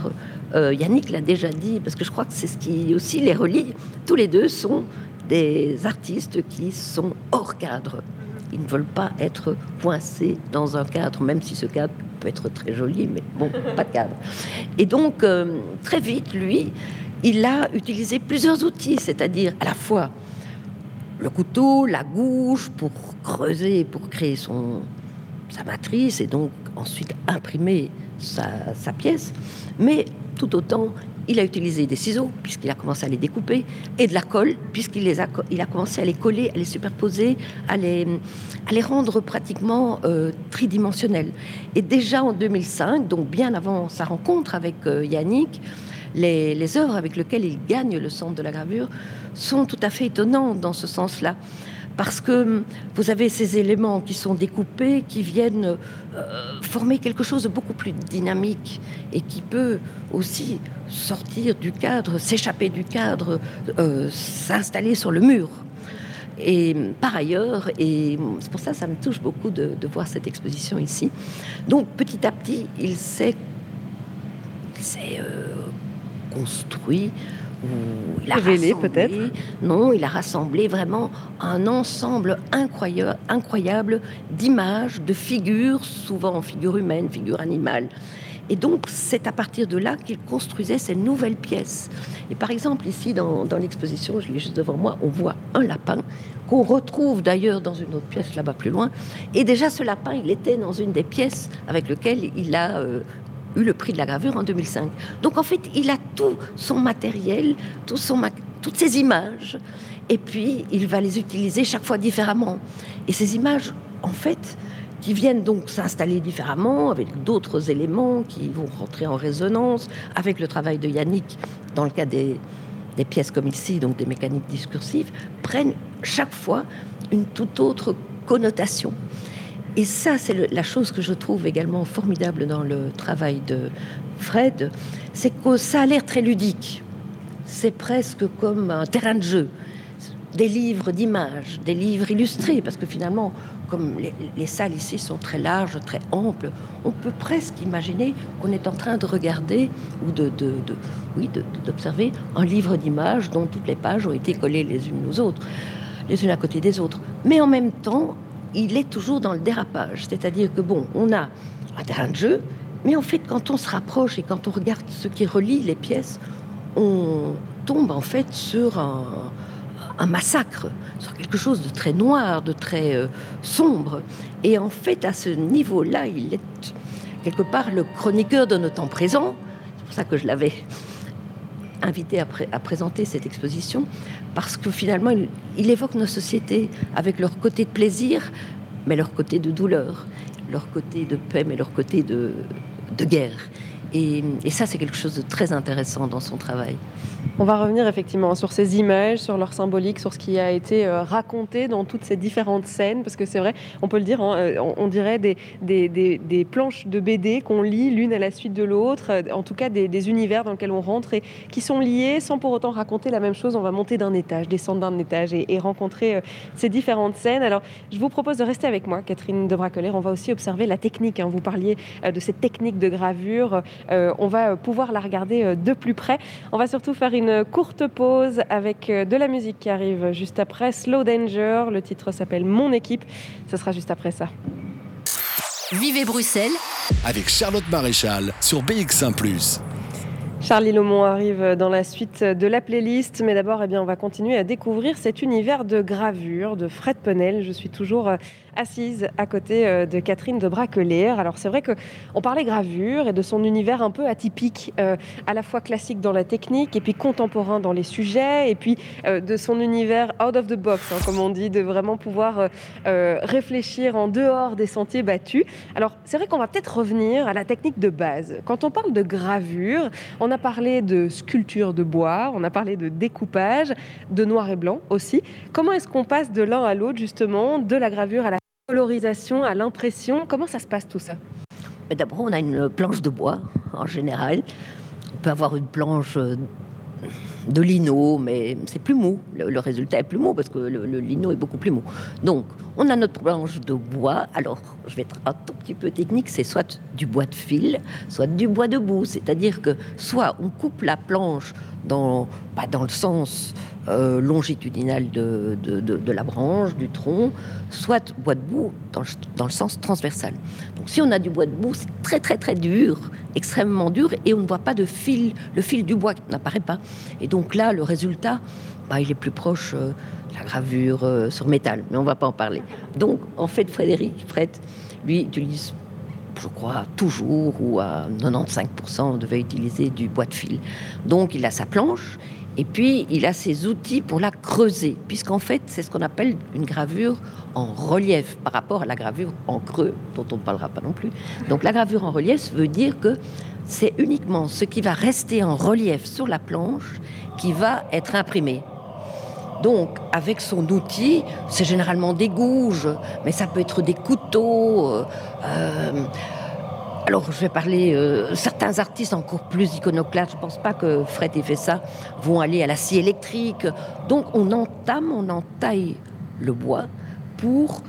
Yannick l'a déjà dit, parce que je crois que c'est ce qui aussi les relie. Tous les deux sont des artistes qui sont hors cadre. Ils ne veulent pas être coincés dans un cadre, même si ce cadre peut être très joli, mais bon, pas de cadre. Et donc, très vite, lui, il a utilisé plusieurs outils, c'est-à-dire à la fois le couteau, la gouge, pour creuser, pour créer sa matrice, et donc ensuite imprimer sa pièce, mais tout autant, il a utilisé des ciseaux, puisqu'il a commencé à les découper, et de la colle, puisqu'il a commencé à les coller, à les superposer, à les rendre pratiquement tridimensionnels. Et déjà en 2005, donc bien avant sa rencontre avec Yannick, les œuvres avec lesquelles il gagne le centre de la gravure sont tout à fait étonnantes dans ce sens-là. Parce que vous avez ces éléments qui sont découpés, qui viennent former quelque chose de beaucoup plus dynamique et qui peut aussi sortir du cadre, s'échapper du cadre, s'installer sur le mur. Et par ailleurs, et c'est pour ça que ça me touche beaucoup de voir cette exposition ici, donc petit à petit, il s'est construit, ou il a Révélé, rassemblé, peut-être. non, il a rassemblé vraiment un ensemble incroyable d'images, de figures, souvent figures humaines, figures animales. Et donc, c'est à partir de là qu'il construisait ces nouvelles pièces. Et par exemple, ici, dans l'exposition, je l'ai juste devant moi, on voit un lapin qu'on retrouve d'ailleurs dans une autre pièce là-bas plus loin. Et déjà, ce lapin, il était dans une des pièces avec lesquelles il a eu le prix de la gravure en 2005. Donc en fait, il a tout son matériel, toutes ses images, et puis il va les utiliser chaque fois différemment. Et ces images, en fait, qui viennent donc s'installer différemment, avec d'autres éléments qui vont rentrer en résonance, avec le travail de Yannick, dans le cas des pièces comme ici, donc des mécaniques discursives, prennent chaque fois une toute autre connotation. Et ça, c'est la chose que je trouve également formidable dans le travail de Fred, c'est que ça a l'air très ludique. C'est presque comme un terrain de jeu. Des livres d'images, des livres illustrés, parce que finalement, comme les salles ici sont très larges, très amples, on peut presque imaginer qu'on est en train de regarder ou d'observer un livre d'images dont toutes les pages ont été collées les unes aux autres, les unes à côté des autres. Mais en même temps, il est toujours dans le dérapage, c'est-à-dire que bon, on a un terrain de jeu, mais en fait, quand on se rapproche et quand on regarde ce qui relie les pièces, on tombe en fait sur un massacre, sur quelque chose de très noir, de très sombre. Et en fait, à ce niveau-là, il est quelque part le chroniqueur de notre temps présent. C'est pour ça que je l'avais invité à présenter cette exposition, parce que finalement, il évoque nos sociétés avec leur côté de plaisir, mais leur côté de douleur, leur côté de paix, mais leur côté de guerre. Et ça, c'est quelque chose de très intéressant dans son travail. On va revenir effectivement sur ces images, sur leur symbolique, sur ce qui a été raconté dans toutes ces différentes scènes, parce que c'est vrai, on peut le dire, hein, on dirait des planches de BD qu'on lit l'une à la suite de l'autre, en tout cas des univers dans lesquels on rentre et qui sont liés sans pour autant raconter la même chose. On va monter d'un étage, descendre d'un étage et rencontrer ces différentes scènes. Alors, je vous propose de rester avec moi, Catherine de Bracolère. On va aussi observer la technique. Hein. Vous parliez de cette technique de gravure. On va pouvoir la regarder de plus près. On va surtout faire une courte pause avec de la musique qui arrive juste après. Slow Danger, le titre s'appelle Mon équipe. Ce sera juste après ça. Vivez Bruxelles avec Charlotte Maréchal sur BX1+. Charlie Lomont arrive dans la suite de la playlist, mais d'abord, on va continuer à découvrir cet univers de gravure de Fred Penel. Je suis toujours assise à côté de Catherine de Bracolère. Alors c'est vrai qu'on parlait gravure et de son univers un peu atypique, à la fois classique dans la technique et puis contemporain dans les sujets, et puis de son univers out of the box, hein, comme on dit, de vraiment pouvoir réfléchir en dehors des sentiers battus. Alors c'est vrai qu'on va peut-être revenir à la technique de base. Quand on parle de gravure, on a parlé de sculpture de bois, on a parlé de découpage, de noir et blanc aussi. Comment est-ce qu'on passe de l'un à l'autre, justement, de la gravure à la colorisation, à l'impression? Comment ça se passe tout ça? D'abord, on a une planche de bois, en général. On peut avoir une planche de lino, mais c'est plus mou. Le résultat est plus mou parce que le lino est beaucoup plus mou. Donc, on a notre planche de bois. Alors, je vais être un tout petit peu technique, c'est soit du bois de fil, soit du bois de boue. C'est-à-dire que soit on coupe la planche dans le sens longitudinal de la branche, du tronc, soit bois de boue dans le sens transversal. Donc, si on a du bois de boue, c'est très très très dur, extrêmement dur, et on ne voit pas de fil, le fil du bois n'apparaît pas. Et donc là, le résultat, il est plus proche de la gravure sur métal, mais on ne va pas en parler. Donc, en fait, Fred, lui, utilise, je crois, toujours, ou à 95%, on devait utiliser du bois de fil. Donc, il a sa planche, et puis il a ses outils pour la creuser, puisqu'en fait, c'est ce qu'on appelle une gravure en relief, par rapport à la gravure en creux, dont on ne parlera pas non plus. Donc, la gravure en relief veut dire que c'est uniquement ce qui va rester en relief sur la planche qui va être imprimé. Donc, avec son outil, c'est généralement des gouges, mais ça peut être des couteaux. Alors, je vais parler, certains artistes encore plus iconoclastes, je ne pense pas que Fred ait fait ça, vont aller à la scie électrique. Donc, on entaille le bois pour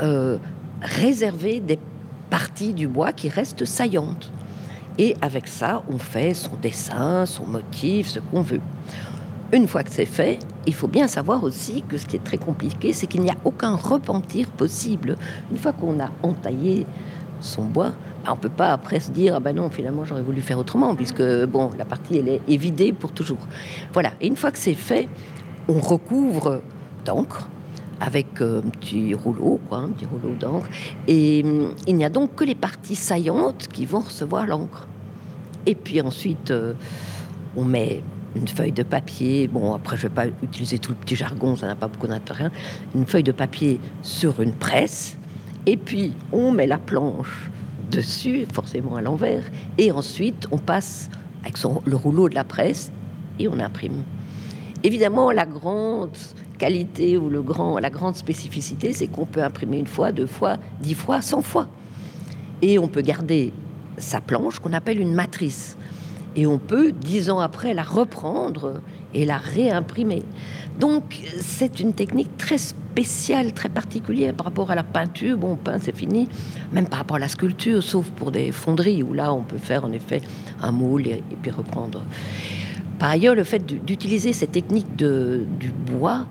réserver des parties du bois qui restent saillantes. Et avec ça, on fait son dessin, son motif, ce qu'on veut. Une fois que c'est fait, il faut bien savoir aussi que ce qui est très compliqué, c'est qu'il n'y a aucun repentir possible. Une fois qu'on a entaillé son bois, on ne peut pas après se dire « Ah ben non, finalement, j'aurais voulu faire autrement », puisque bon, la partie, elle est vidée pour toujours. Voilà, et une fois que c'est fait, on recouvre d'encre avec un petit rouleau d'encre, et il n'y a donc que les parties saillantes qui vont recevoir l'encre. Et puis ensuite, on met une feuille de papier, bon après je ne vais pas utiliser tout le petit jargon, ça n'a pas beaucoup d'intérêt, une feuille de papier sur une presse, et puis on met la planche dessus, forcément à l'envers, et ensuite on passe avec le rouleau de la presse et on imprime. Évidemment, la grande qualité ou la grande spécificité, c'est qu'on peut imprimer une fois, 2 fois, 10 fois, 100 fois. Et on peut garder sa planche qu'on appelle une matrice. Et on peut, 10 ans après, la reprendre et la réimprimer. Donc, c'est une technique très spéciale, très particulière par rapport à la peinture. Bon, on peint, c'est fini. Même par rapport à la sculpture, sauf pour des fonderies, où là, on peut faire, en effet, un moule et puis reprendre. Par ailleurs, le fait d'utiliser cette technique du bois,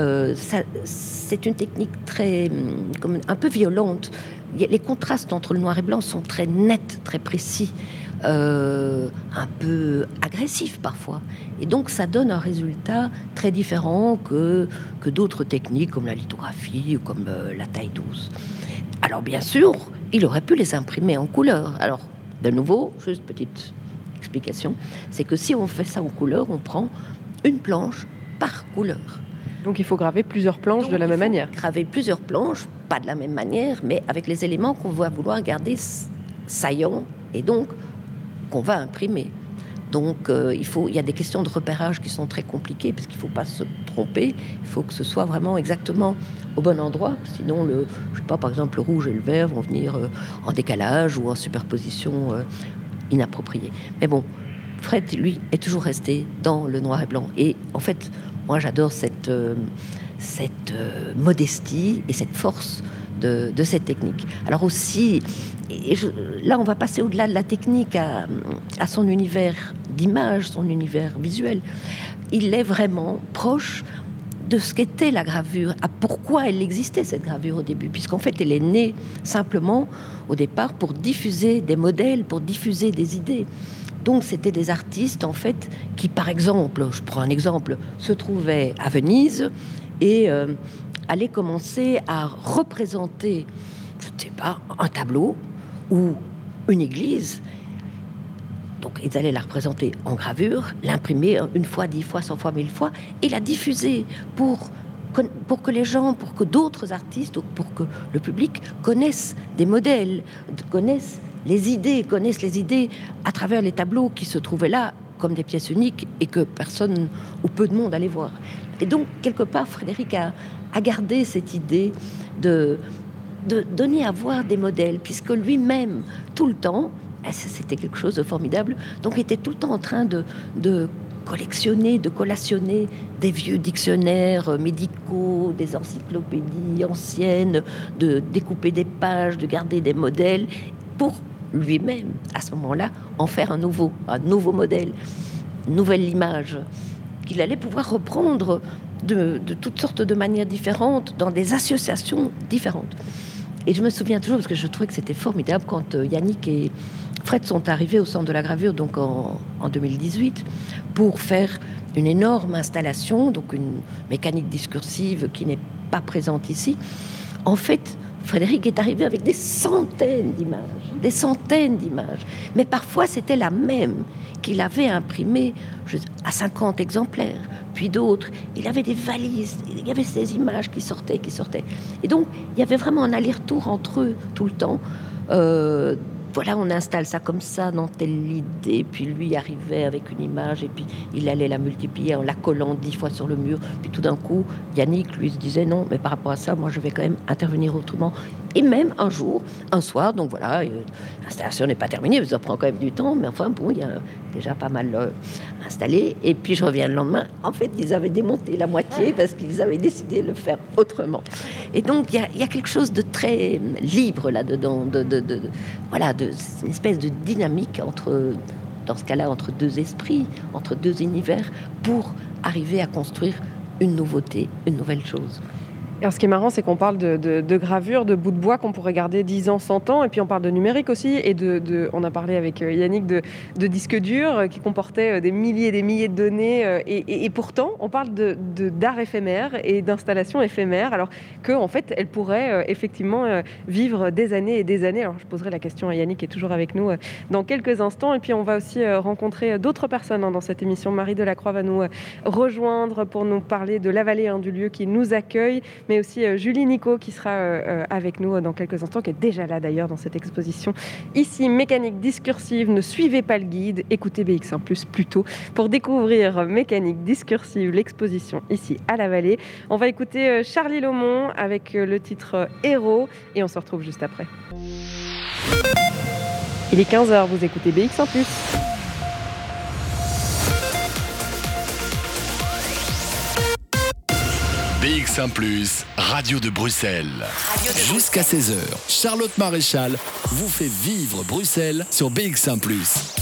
c'est une technique très, un peu violente. Les contrastes entre le noir et blanc sont très nets, très précis. Un peu agressif parfois. Et donc ça donne un résultat très différent que d'autres techniques comme la lithographie ou comme la taille douce. Alors bien sûr, il aurait pu les imprimer en couleur. Alors de nouveau, juste petite explication, c'est que si on fait ça en couleur, on prend une planche par couleur. Donc il faut graver plusieurs planches de la même manière. Graver plusieurs planches, pas de la même manière, mais avec les éléments qu'on va vouloir garder saillants et donc qu'on va imprimer. Donc il y a des questions de repérage qui sont très compliquées parce qu'il ne faut pas se tromper, il faut que ce soit vraiment exactement au bon endroit, sinon je sais pas, par exemple le rouge et le vert vont venir en décalage ou en superposition inappropriée. Mais bon, Fred, lui, est toujours resté dans le noir et blanc. Et en fait, moi j'adore cette modestie et cette force de cette technique. Alors aussi, là on va passer au-delà de la technique à son univers d'image, son univers visuel. Il est vraiment proche de ce qu'était la gravure, à pourquoi elle existait cette gravure au début, puisqu'en fait elle est née simplement au départ pour diffuser des modèles, pour diffuser des idées. Donc c'était des artistes en fait qui, par exemple, je prends un exemple, se trouvaient à Venise et allaient commencer à représenter, je ne sais pas, un tableau ou une église. Donc ils allaient la représenter en gravure, l'imprimer 1 fois, 10 fois, 100 fois, 1000 fois et la diffuser pour que les gens, pour que d'autres artistes, pour que le public connaisse des modèles, connaisse les idées à travers les tableaux qui se trouvaient là comme des pièces uniques et que personne ou peu de monde allait voir. Et donc, quelque part, Frédéric a gardé cette idée de donner à voir des modèles, puisque lui-même, tout le temps, c'était quelque chose de formidable, donc il était tout le temps en train de collectionner, de collationner des vieux dictionnaires médicaux, des encyclopédies anciennes, de découper des pages, de garder des modèles pour lui-même, à ce moment-là, en faire un nouveau modèle, une nouvelle image qu'il allait pouvoir reprendre de toutes sortes de manières différentes, dans des associations différentes. Et je me souviens toujours, parce que je trouvais que c'était formidable, quand Yannick et Fred sont arrivés au Centre de la Gravure, donc en 2018, pour faire une énorme installation, donc une mécanique discursive qui n'est pas présente ici. En fait, Frédéric est arrivé avec des centaines d'images. Mais parfois, c'était la même qu'il avait imprimée à 50 exemplaires, puis d'autres. Il avait des valises, il y avait ces images qui sortaient. Et donc, il y avait vraiment un aller-retour entre eux tout le temps. Voilà, on installe ça comme ça dans telle idée, puis lui arrivait avec une image et puis il allait la multiplier en la collant 10 fois sur le mur. Puis tout d'un coup, Yannick lui se disait non, mais par rapport à ça, moi je vais quand même intervenir autrement. Et même un soir, donc voilà, l'installation n'est pas terminée, ça prend quand même du temps, mais enfin bon, il y a déjà pas mal installé. Et puis je reviens le lendemain, en fait ils avaient démonté la moitié parce qu'ils avaient décidé de le faire autrement. Et donc il y a quelque chose de très libre là-dedans, voilà, une espèce de dynamique dans ce cas-là, entre deux esprits, entre deux univers, pour arriver à construire une nouveauté, une nouvelle chose. Alors, ce qui est marrant, c'est qu'on parle de gravures, de bouts de bois qu'on pourrait garder 10 ans, 100 ans, et puis on parle de numérique aussi, et on a parlé avec Yannick de disques durs qui comportaient des milliers et des milliers de données, et pourtant, on parle d'art éphémère et d'installation éphémère, alors qu'en fait, elles pourraient effectivement vivre des années et des années. Alors, je poserai la question à Yannick, qui est toujours avec nous dans quelques instants, et puis on va aussi rencontrer d'autres personnes dans cette émission. Marie Delacroix va nous rejoindre pour nous parler de La Vallée, du lieu qui nous accueille, mais aussi Julie Nico qui sera avec nous dans quelques instants, qui est déjà là d'ailleurs dans cette exposition. Ici, mécanique discursive, ne suivez pas le guide, écoutez BX1+ plutôt pour découvrir mécanique discursive, l'exposition ici à La Vallée. On va écouter Charlie Lomont avec le titre Héros et on se retrouve juste après. Il est 15h, vous écoutez BX1+. BX1+, Radio de Bruxelles. Jusqu'à 16h, Charlotte Maréchal vous fait vivre Bruxelles sur BX1+.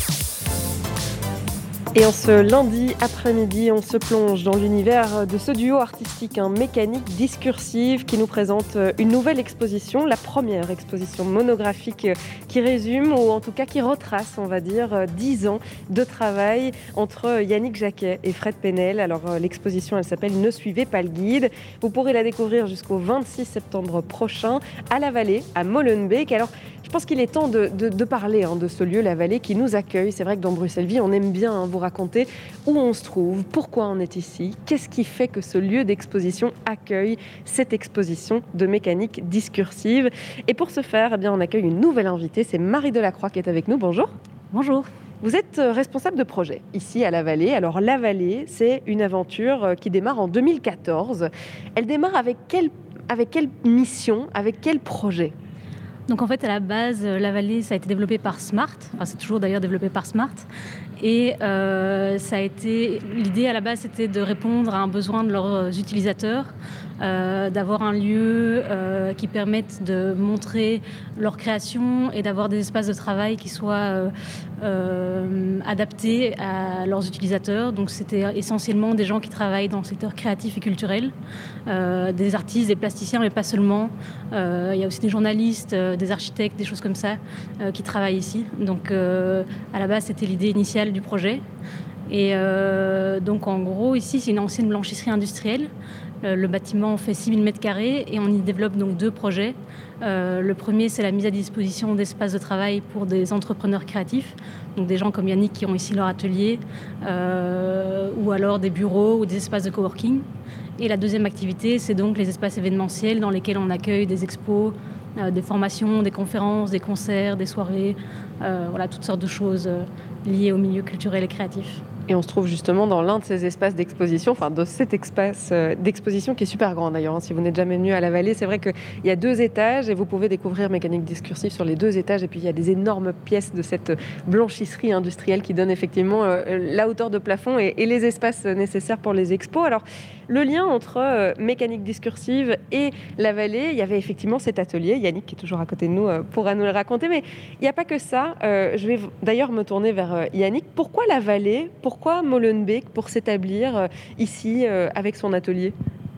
Et en ce lundi après-midi, on se plonge dans l'univers de ce duo artistique, mécanique discursive, qui nous présente une nouvelle exposition, la première exposition monographique qui résume, ou en tout cas qui retrace, on va dire, 10 ans de travail entre Yannick Jacquet et Fred Penel. Alors l'exposition, elle s'appelle « Ne suivez pas le guide ». Vous pourrez la découvrir jusqu'au 26 septembre prochain à La Vallée, à Molenbeek. Alors, je pense qu'il est temps de parler de ce lieu, La Vallée, qui nous accueille. C'est vrai que dans Bruxelles Vie, on aime bien vous raconter où on se trouve, pourquoi on est ici, qu'est-ce qui fait que ce lieu d'exposition accueille cette exposition de mécanique discursive. Et pour ce faire, on accueille une nouvelle invitée, c'est Marie Delacroix qui est avec nous. Bonjour. Bonjour. Vous êtes responsable de projet ici à La Vallée. Alors La Vallée, c'est une aventure qui démarre en 2014. Elle démarre avec quelle mission, avec quel projet ? Donc en fait, à la base, La Vallée, ça a été développé par Smart. Enfin, c'est toujours d'ailleurs développé par Smart. Et ça a été... L'idée à la base, c'était de répondre à un besoin de leurs utilisateurs, d'avoir un lieu qui permette de montrer leur création et d'avoir des espaces de travail qui soient adaptés à leurs utilisateurs. Donc c'était essentiellement des gens qui travaillent dans le secteur créatif et culturel, des artistes, des plasticiens, mais pas seulement. Il y a aussi des journalistes, des architectes, des choses comme ça qui travaillent ici. Donc à la base, c'était l'idée initiale du projet. Et donc en gros, ici, c'est une ancienne blanchisserie industrielle. Le bâtiment fait 6000 m² et on y développe donc 2 projets. Le premier, c'est la mise à disposition d'espaces de travail pour des entrepreneurs créatifs, donc des gens comme Yannick qui ont ici leur atelier, ou alors des bureaux ou des espaces de coworking. Et la deuxième activité, c'est donc les espaces événementiels dans lesquels on accueille des expos, des formations, des conférences, des concerts, des soirées, voilà, toutes sortes de choses liées au milieu culturel et créatif. Et on se trouve justement dans l'un de ces espaces d'exposition, enfin de cet espace d'exposition qui est super grand d'ailleurs. Si vous n'êtes jamais venu à la Vallée, c'est vrai qu'il y a 2 étages et vous pouvez découvrir mécanique discursive sur les 2 étages. Et puis il y a des énormes pièces de cette blanchisserie industrielle qui donnent effectivement la hauteur de plafond et les espaces nécessaires pour les expos. Alors le lien entre mécanique discursive et la Vallée, il y avait effectivement cet atelier. Yannick qui est toujours à côté de nous pourra nous le raconter. Mais il n'y a pas que ça. Je vais d'ailleurs me tourner vers Yannick. Pourquoi la Vallée ? Pourquoi Molenbeek pour s'établir ici avec son atelier ?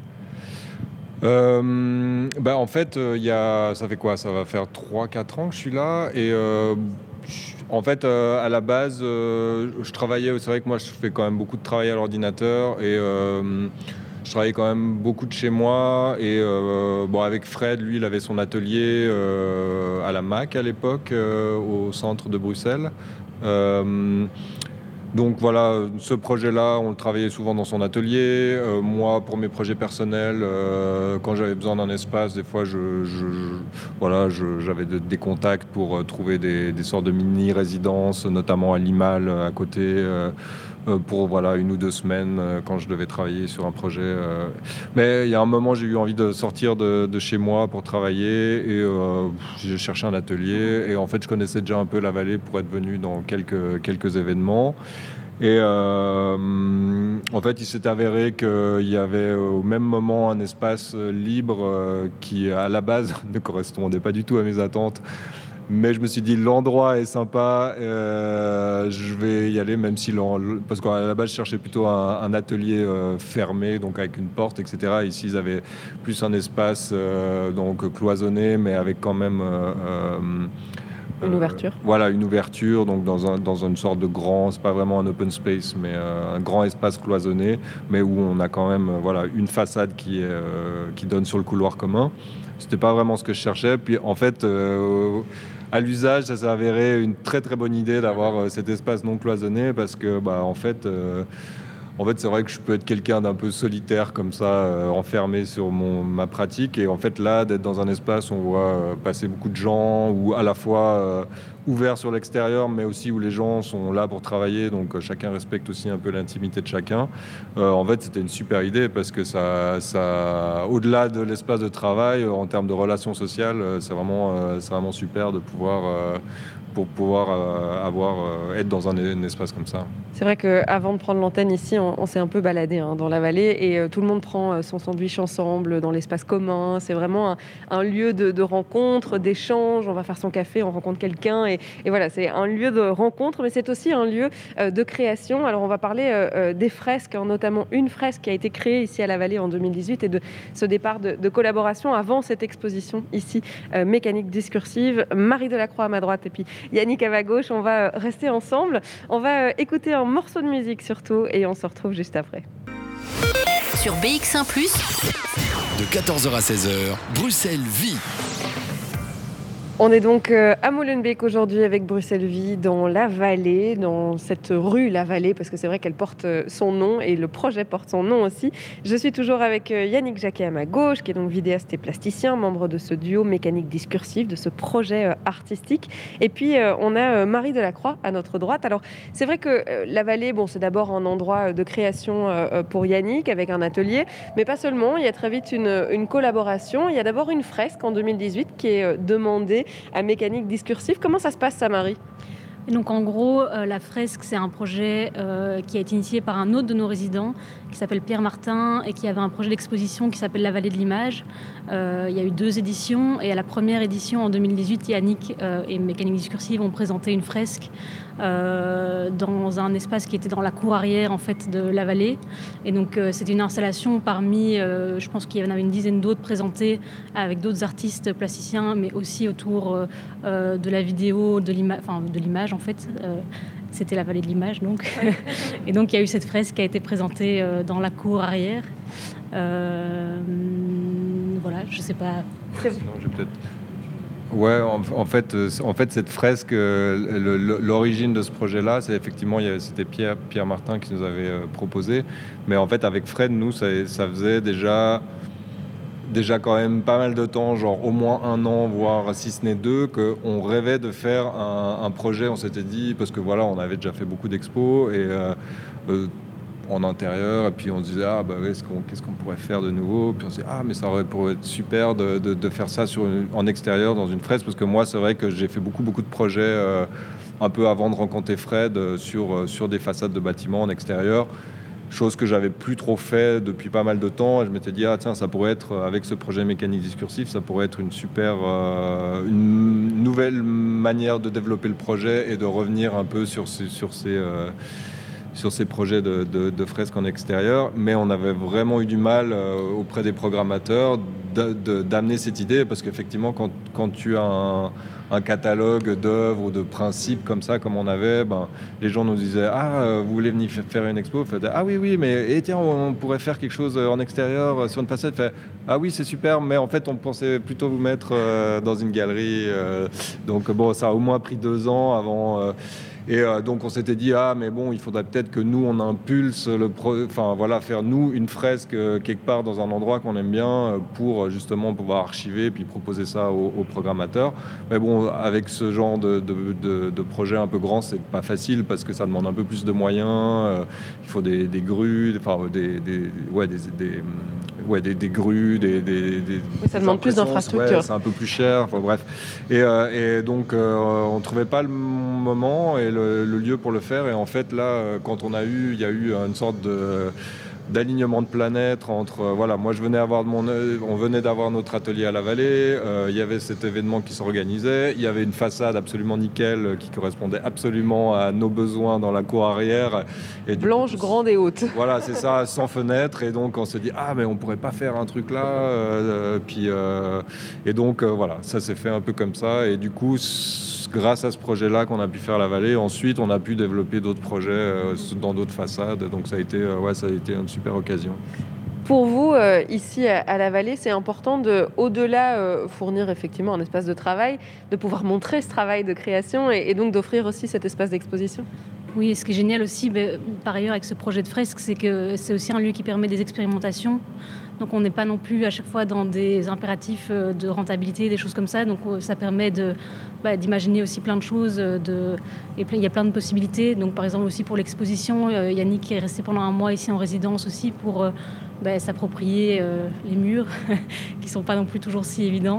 En fait, ça fait quoi ? Ça va faire 3-4 ans que je suis là. Et en fait, à la base, je travaillais... C'est vrai que moi, je fais quand même beaucoup de travail à l'ordinateur. Et je travaillais quand même beaucoup de chez moi. Et avec Fred, lui, il avait son atelier à la MAC à l'époque, au centre de Bruxelles. Donc voilà, ce projet-là, on le travaillait souvent dans son atelier. Moi, pour mes projets personnels, quand j'avais besoin d'un espace, des fois, j'avais des contacts pour trouver des sortes de mini-résidences, notamment à Limal, à côté, pour 1 ou 2 semaines, quand je devais travailler sur un projet. Mais il y a un moment, j'ai eu envie de sortir de chez moi pour travailler et j'ai cherché un atelier. Et en fait, je connaissais déjà un peu la Vallée pour être venu dans quelques événements. Et en fait, il s'est avéré qu'il y avait au même moment un espace libre qui, à la base, ne correspondait pas du tout à mes attentes. Mais je me suis dit, l'endroit est sympa, je vais y aller, même si... Parce qu'à la base, je cherchais plutôt un atelier fermé, donc avec une porte, etc. Ici, ils avaient plus un espace donc cloisonné, mais avec quand même... une ouverture. Voilà, une ouverture, donc dans une sorte de grand, c'est pas vraiment un open space, mais un grand espace cloisonné, mais où on a quand même une façade qui donne sur le couloir commun. C'était pas vraiment ce que je cherchais. Puis en fait, à l'usage, ça s'est avéré une très très bonne idée d'avoir cet espace non cloisonné parce que en fait, c'est vrai que je peux être quelqu'un d'un peu solitaire comme ça, enfermé sur ma pratique. Et en fait, là, d'être dans un espace où on voit passer beaucoup de gens, ou à la fois ouvert sur l'extérieur, mais aussi où les gens sont là pour travailler. Donc, chacun respecte aussi un peu l'intimité de chacun. En fait, c'était une super idée parce que ça au-delà de l'espace de travail, en termes de relations sociales, c'est vraiment super de pouvoir... pour pouvoir être dans un espace comme ça. C'est vrai qu'avant de prendre l'antenne ici, on s'est un peu baladé dans la Vallée et tout le monde prend son sandwich ensemble dans l'espace commun. C'est vraiment un lieu de rencontre, d'échange. On va faire son café, on rencontre quelqu'un et voilà, c'est un lieu de rencontre, mais c'est aussi un lieu de création. Alors on va parler des fresques, notamment une fresque qui a été créée ici à la Vallée en 2018 et de ce départ de collaboration avant cette exposition ici, mécanique discursive. Marie Delacroix à ma droite et puis Yannick à ma gauche, on va rester ensemble. On va écouter un morceau de musique surtout et on se retrouve juste après. Sur BX1+, de 14h à 16h, Bruxelles vit. On est donc à Molenbeek aujourd'hui avec Bruxelles Vie dans la Vallée, dans cette rue La Vallée, parce que c'est vrai qu'elle porte son nom et le projet porte son nom aussi. Je suis toujours avec Yannick Jacquet à ma gauche, qui est donc vidéaste et plasticien, membre de ce duo mécanique discursive, de ce projet artistique. Et puis on a Marie Delacroix à notre droite. Alors c'est vrai que la Vallée, c'est d'abord un endroit de création pour Yannick avec un atelier, mais pas seulement. Il y a très vite une collaboration. Il y a d'abord une fresque en 2018 qui est demandée à mécanique discursive. Comment ça se passe, ça, Marie ? Et donc en gros, la fresque, c'est un projet qui a été initié par un autre de nos résidents qui s'appelle Pierre Martin et qui avait un projet d'exposition qui s'appelle La Vallée de l'Image. Il y a eu 2 éditions et à la première édition en 2018, Yannick et Mécanique Discursive ont présenté une fresque dans un espace qui était dans la cour arrière en fait de la Vallée. Et donc c'était une installation parmi, je pense qu'il y en avait une dizaine d'autres présentées avec d'autres artistes plasticiens, mais aussi autour de la vidéo, de l'image en fait. C'était la Vallée de l'Image, donc. Et donc, il y a eu cette fresque qui a été présentée dans la cour arrière. Voilà, je sais pas. Sinon, je vais peut-être... Ouais, en fait, cette fresque, l'origine de ce projet-là, c'est effectivement, c'était Pierre Martin qui nous avait proposé. Mais en fait, avec Fred, nous, ça faisait déjà quand même pas mal de temps, genre au moins 1 an, voire si ce n'est 2, qu'on rêvait de faire un projet. On s'était dit, parce que voilà, on avait déjà fait beaucoup d'expos et en intérieur, et puis on se disait qu'est-ce qu'on pourrait faire de nouveau, puis on se dit mais ça pourrait être super de faire ça en extérieur dans une fresque, parce que moi c'est vrai que j'ai fait beaucoup de projets un peu avant de rencontrer Fred sur des façades de bâtiments en extérieur, chose que j'avais plus trop fait depuis pas mal de temps, et je m'étais dit tiens, ça pourrait être, avec ce projet mécanique discursif, ça pourrait être une nouvelle manière de développer le projet et de revenir un peu sur ces projets de fresques en extérieur, mais on avait vraiment eu du mal auprès des programmateurs d'amener cette idée, parce qu'effectivement quand tu as un catalogue d'œuvres ou de principes comme ça, comme on avait, les gens nous disaient vous voulez venir faire une expo, oui, mais tiens, on pourrait faire quelque chose en extérieur sur une façade, oui, c'est super, mais en fait on pensait plutôt vous mettre dans une galerie, donc ça a au moins pris 2 ans avant. Et donc on s'était dit mais bon, il faudrait peut-être que nous on impulse faire nous une fresque quelque part dans un endroit qu'on aime bien pour justement pouvoir archiver puis proposer ça aux programmateurs. Mais bon, avec ce genre de projet un peu grand, c'est pas facile parce que ça demande un peu plus de moyens. Il faut des grues, des grues, ça demande plus d'infrastructures. C'est un peu plus cher. Bref. Et donc on trouvait pas le moment et le lieu pour le faire, et en fait là quand il y a eu une sorte d'alignement de planètes entre moi on venait d'avoir notre atelier à la Vallée, il y avait cet événement qui s'organisait, il y avait une façade absolument nickel qui correspondait absolument à nos besoins dans la cour arrière, et blanche, grande et haute. Voilà, c'est ça, sans fenêtre, et donc on s'est dit mais on pourrait pas faire un truc là, et donc voilà, ça s'est fait un peu comme ça, et du coup grâce à ce projet-là qu'on a pu faire la Vallée, ensuite on a pu développer d'autres projets dans d'autres façades, donc ça a été une super occasion. Pour vous, ici à la Vallée, c'est important au-delà fournir effectivement un espace de travail, de pouvoir montrer ce travail de création et donc d'offrir aussi cet espace d'exposition. Oui, et ce qui est génial aussi, par ailleurs, avec ce projet de fresque, c'est que c'est aussi un lieu qui permet des expérimentations. Donc on n'est pas non plus à chaque fois dans des impératifs de rentabilité, des choses comme ça. Donc ça permet d'imaginer aussi plein de choses. Et il y a plein de possibilités. Donc par exemple aussi pour l'exposition, Yannick est resté pendant 1 mois ici en résidence aussi pour s'approprier les murs, qui ne sont pas non plus toujours si évidents.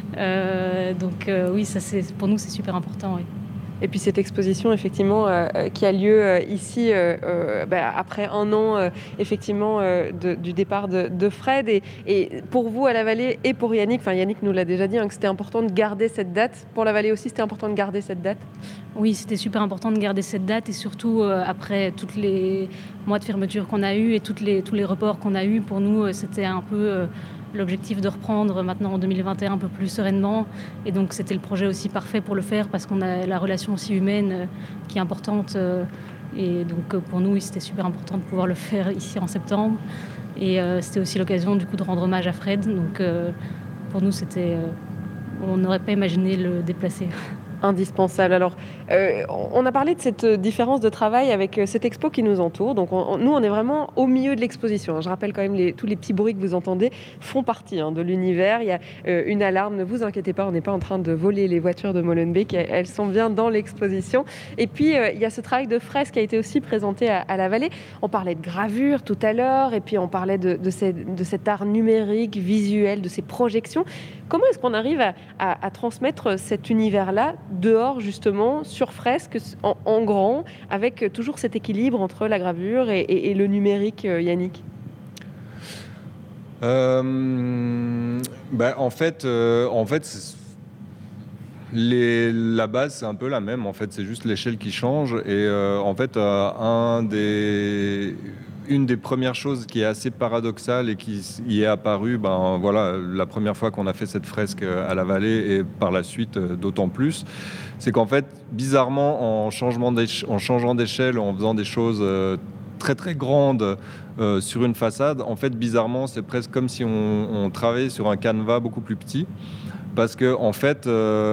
Oui, pour nous c'est super important. Oui. Et puis cette exposition, effectivement, qui a lieu ici après 1 an, effectivement, du départ de Fred. Et pour vous, à la Vallée, et pour Yannick, Yannick nous l'a déjà dit, que c'était important de garder cette date. Pour la Vallée aussi, c'était important de garder cette date. Oui, c'était super important de garder cette date, et surtout après tous les mois de fermeture qu'on a eu et tous les reports qu'on a eu, pour nous, c'était un peu... l'objectif de reprendre maintenant en 2021 un peu plus sereinement, et donc c'était le projet aussi parfait pour le faire, parce qu'on a la relation aussi humaine qui est importante, et donc pour nous c'était super important de pouvoir le faire ici en septembre, et c'était aussi l'occasion du coup de rendre hommage à Fred, donc pour nous on n'aurait pas imaginé le déplacer. Indispensable. Alors, on a parlé de cette différence de travail avec cette expo qui nous entoure. Donc, nous, on est vraiment au milieu de l'exposition. Je rappelle quand même tous les petits bruits que vous entendez font partie de l'univers. Il y a une alarme. Ne vous inquiétez pas, on n'est pas en train de voler les voitures de Molenbeek. Elles sont bien dans l'exposition. Et puis, il y a ce travail de fresque qui a été aussi présenté à la Vallée. On parlait de gravure tout à l'heure, et puis on parlait de cet art numérique, visuel, de ces projections. Comment est-ce qu'on arrive à transmettre cet univers-là dehors, justement, sur fresque, en grand, avec toujours cet équilibre entre la gravure et le numérique, Yannick ? En fait, la base c'est un peu la même. En fait, c'est juste l'échelle qui change. Et en fait, une des premières choses qui est assez paradoxale et qui y est apparue, la première fois qu'on a fait cette fresque à la Vallée, et par la suite d'autant plus, c'est qu'en fait, bizarrement, en changeant d'échelle, en faisant des choses très très grandes sur une façade, en fait, bizarrement, c'est presque comme si on travaillait sur un canevas beaucoup plus petit. Parce que en fait,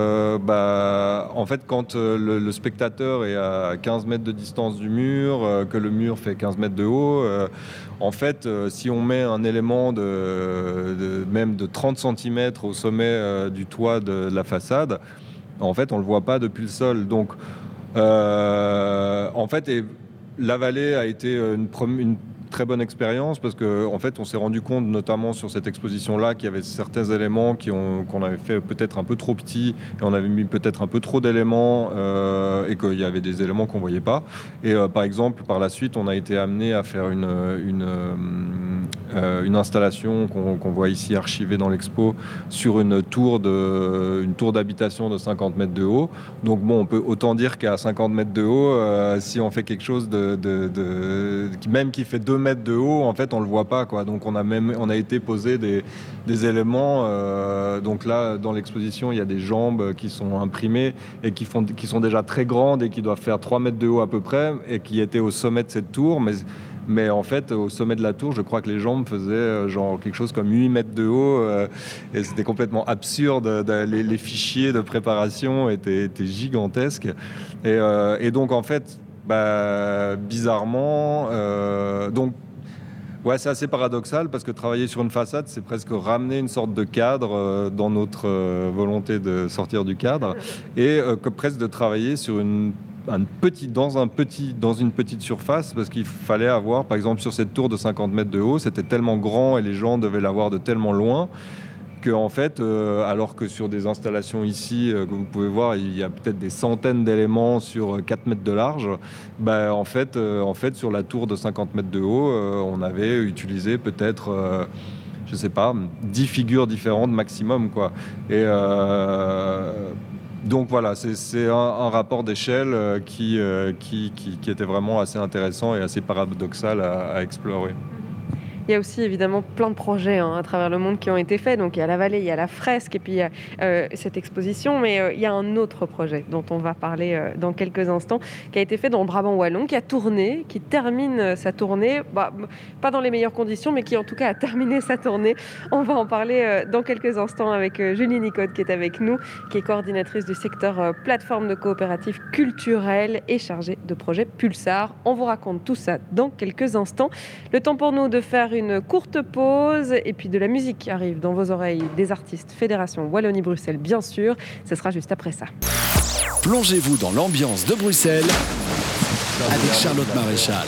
quand le spectateur est à 15 mètres de distance du mur, que le mur fait 15 mètres de haut, si on met un élément même de 30 cm au sommet du toit de la façade, en fait, on le voit pas depuis le sol. Donc, la vallée a été une très bonne expérience parce qu'en fait, on s'est rendu compte, notamment sur cette exposition-là, qu'il y avait certains éléments qu'on avait fait peut-être un peu trop petits et on avait mis peut-être un peu trop d'éléments et qu'il y avait des éléments qu'on ne voyait pas. Et par exemple, par la suite, on a été amené à faire une installation qu'on voit ici archivée dans l'expo sur une tour d'habitation de 50 mètres de haut. Donc bon, on peut autant dire qu'à 50 mètres de haut, si on fait quelque chose même qui fait 2 mètres de haut, en fait, on le voit pas, quoi. Donc on a été poser des éléments. Donc là, dans l'exposition, il y a des jambes qui sont imprimées et qui sont déjà très grandes et qui doivent faire 3 mètres de haut à peu près et qui étaient au sommet de cette tour. Mais en fait, au sommet de la tour, je crois que les jambes faisaient genre quelque chose comme 8 mètres de haut. Et c'était complètement absurde. Les fichiers de préparation étaient gigantesques. Et donc, en fait, bizarrement... Ouais, c'est assez paradoxal parce que travailler sur une façade, c'est presque ramener une sorte de cadre dans notre volonté de sortir du cadre et presque de travailler sur dans une petite surface parce qu'il fallait avoir, par exemple, sur cette tour de 50 mètres de haut, c'était tellement grand et les gens devaient l'avoir de tellement loin qu'en fait, alors que sur des installations ici, que vous pouvez voir, il y a peut-être des centaines d'éléments sur 4 mètres de large, en fait, sur la tour de 50 mètres de haut, on avait utilisé peut-être... je sais pas, 10 figures différentes maximum, quoi. Et donc voilà, c'est un rapport d'échelle qui était vraiment assez intéressant et assez paradoxal à explorer. Il y a aussi évidemment plein de projets à travers le monde qui ont été faits. Donc il y a la vallée, il y a la fresque et puis il y a cette exposition. Mais il y a un autre projet dont on va parler dans quelques instants, qui a été fait dans le Brabant wallon, qui a tourné, qui termine sa tournée. Pas dans les meilleures conditions, mais qui en tout cas a terminé sa tournée. On va en parler dans quelques instants avec Julie Nicode qui est avec nous, qui est coordinatrice du secteur plateforme de coopérative culturelle et chargée de projet Pulsar. On vous raconte tout ça dans quelques instants. Le temps pour nous de faire une courte pause et puis de la musique qui arrive dans vos oreilles des artistes Fédération Wallonie-Bruxelles, bien sûr. Ce sera juste après ça. Plongez-vous dans l'ambiance de Bruxelles avec Charlotte Maréchal.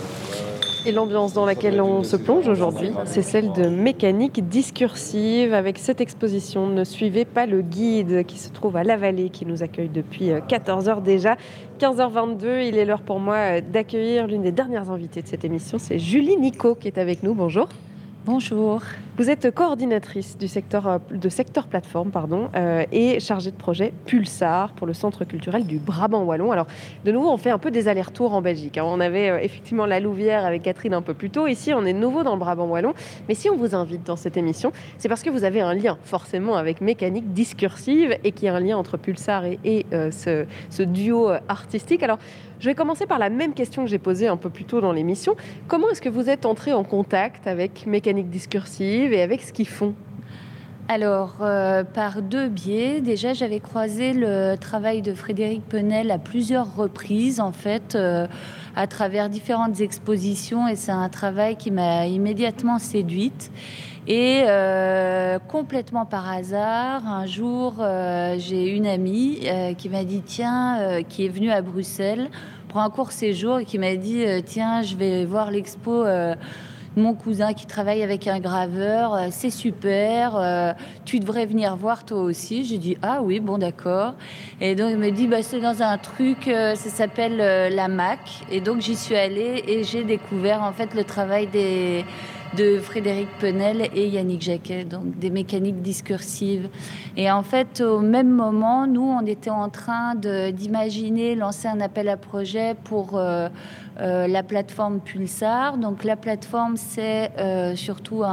Et l'ambiance dans laquelle on se plonge aujourd'hui, c'est celle de mécanique discursive. Avec cette exposition, ne suivez pas le guide qui se trouve à La Vallée, qui nous accueille depuis 14h déjà. 15h22, il est l'heure pour moi d'accueillir l'une des dernières invitées de cette émission. C'est Julie Nicode qui est avec nous. Bonjour. Bonjour. Vous êtes coordinatrice du secteur plateforme et chargée de projet Pulsar pour le centre culturel du Brabant wallon. Alors, de nouveau, on fait un peu des allers-retours en Belgique. On avait effectivement la Louvière avec Catherine un peu plus tôt. Ici, on est de nouveau dans le Brabant wallon. Mais si on vous invite dans cette émission, c'est parce que vous avez un lien forcément avec mécanique discursive et qu'il y a un lien entre Pulsar et ce duo artistique. Alors, je vais commencer par la même question que j'ai posée un peu plus tôt dans l'émission. Comment est-ce que vous êtes entré en contact avec mécanique discursive et avec ce qu'ils font ? Alors, par deux biais. Déjà, j'avais croisé le travail de Frédéric Penel à plusieurs reprises, en fait, à travers différentes expositions. Et c'est un travail qui m'a immédiatement séduite. Et complètement par hasard, un jour, j'ai une amie qui m'a dit, tiens, qui est venue à Bruxelles pour un court séjour et qui m'a dit, tiens, je vais voir l'expo de mon cousin qui travaille avec un graveur, c'est super, tu devrais venir voir toi aussi. J'ai dit, ah oui, bon d'accord. Et donc il me dit, c'est dans un truc, ça s'appelle la MAC. Et donc j'y suis allée et j'ai découvert en fait le travail de Frédéric Penel et Yannick Jacquet, donc des mécaniques discursives. Et en fait, au même moment, nous, on était en train d'imaginer, lancer un appel à projet pour la plateforme Pulsar. Donc la plateforme, c'est surtout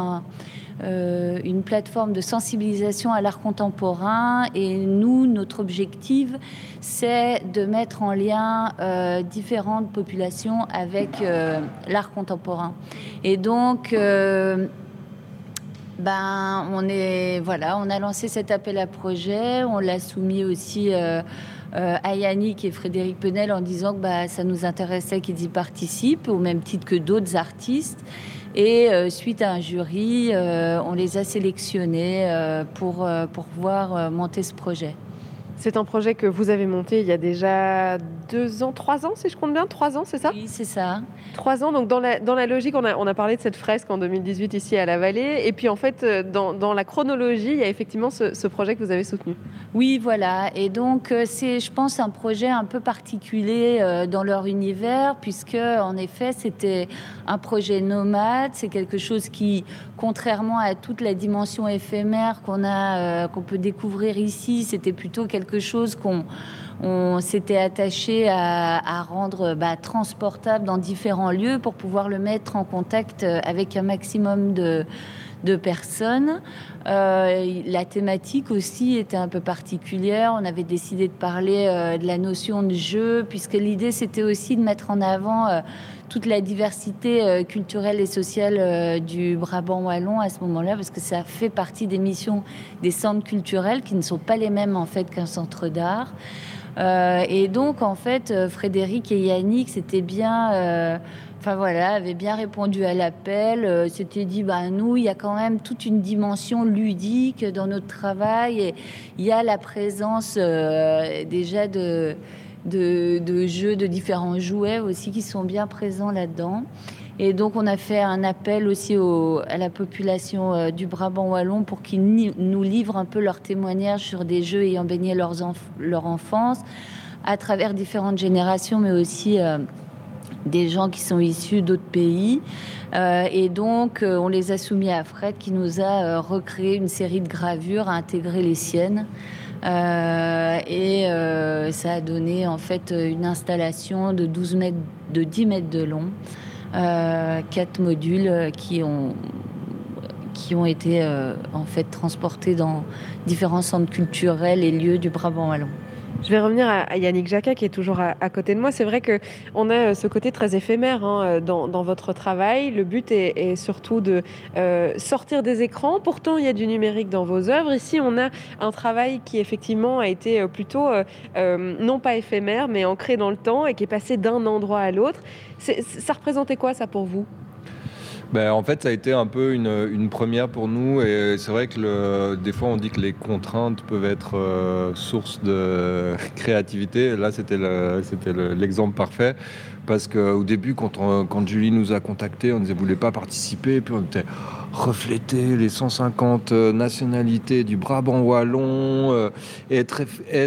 une plateforme de sensibilisation à l'art contemporain. Et nous, notre objectif, c'est de mettre en lien différentes populations avec l'art contemporain. Et donc, on a lancé cet appel à projet. On l'a soumis aussi à Yannick et Frédéric Penel en disant que ça nous intéressait qu'ils y participent, au même titre que d'autres artistes. Et suite à un jury, on les a sélectionnés pour pouvoir monter ce projet. C'est un projet que vous avez monté il y a déjà 2 ans, 3 ans, si je compte bien, 3 ans, c'est ça ? Oui, c'est ça. 3 ans, donc dans la logique, on a parlé de cette fresque en 2018 ici à la Vallée, et puis en fait, dans la chronologie, il y a effectivement ce projet que vous avez soutenu. Oui, voilà. Et donc, c'est, je pense, un projet un peu particulier dans leur univers, puisque, en effet, c'était un projet nomade. C'est quelque chose qui, contrairement à toute la dimension éphémère qu'on peut découvrir ici, c'était plutôt quelque chose on s'était attaché à rendre transportable dans différents lieux pour pouvoir le mettre en contact avec un maximum de personnes. La thématique aussi était un peu particulière. On avait décidé de parler de la notion de jeu, puisque l'idée c'était aussi de mettre en avant toute la diversité culturelle et sociale du Brabant wallon à ce moment-là, parce que ça fait partie des missions des centres culturels qui ne sont pas les mêmes en fait qu'un centre d'art. Et donc en fait Frédéric et Yannick c'était bien avaient bien répondu à l'appel, s'étaient dit nous il y a quand même toute une dimension ludique dans notre travail, et il y a la présence déjà de jeux, de différents jouets aussi qui sont bien présents là-dedans. Et donc, on a fait un appel aussi à la population du Brabant wallon pour qu'ils nous livrent un peu leurs témoignages sur des jeux ayant baigné leur enfance à travers différentes générations, mais aussi des gens qui sont issus d'autres pays. Et donc, on les a soumis à Fred qui nous a recréé une série de gravures à intégrer les siennes. Ça a donné en fait une installation de 10 mètres de long. 4 modules qui ont été en fait transportés dans différents centres culturels et lieux du Brabant wallon. Je vais revenir à Yannick Jacquat qui est toujours à côté de moi. C'est vrai qu'on a ce côté très éphémère dans votre travail. Le but est surtout de sortir des écrans. Pourtant, il y a du numérique dans vos œuvres. Ici, on a un travail qui effectivement a été plutôt non pas éphémère, mais ancré dans le temps et qui est passé d'un endroit à l'autre. Ça représentait quoi ça pour vous ? En fait, ça a été un peu une première pour nous, et c'est vrai que des fois on dit que les contraintes peuvent être source de créativité. Là, c'était l'exemple parfait, parce qu'au début, quand Julie nous a contactés, on disait vous voulez pas participer, puis on était refléter les 150 nationalités du Brabant wallon, être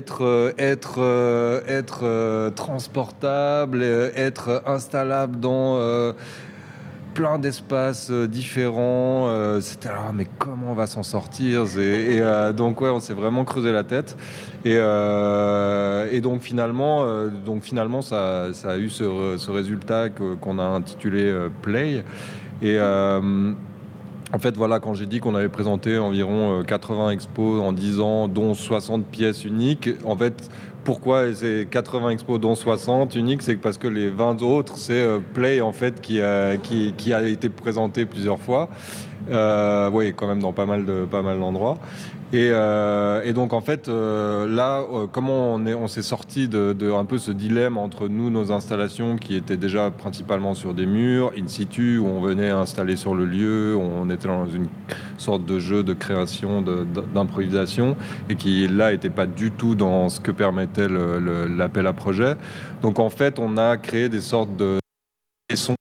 transportable, être installable dans plein d'espaces différents. C'était là, mais comment on va s'en sortir ? Donc ouais, on s'est vraiment creusé la tête. Et donc finalement, ça a eu ce résultat qu'on a intitulé Play. Et en fait, voilà, quand j'ai dit qu'on avait présenté environ 80 expos en 10 ans, dont 60 pièces uniques, en fait, pourquoi c'est 80 expos dont 60 uniques, c'est parce que les 20 autres, c'est Play en fait qui a été présenté plusieurs fois. Oui, quand même dans pas mal d'endroits. Et donc en fait là, comment on s'est sorti de un peu ce dilemme entre nos installations qui étaient déjà principalement sur des murs in situ, où on venait installer sur le lieu, on était dans une sorte de jeu de création, d'improvisation, et qui là était pas du tout dans ce que permettait l'appel à projet. Donc en fait, on a créé des sortes de sons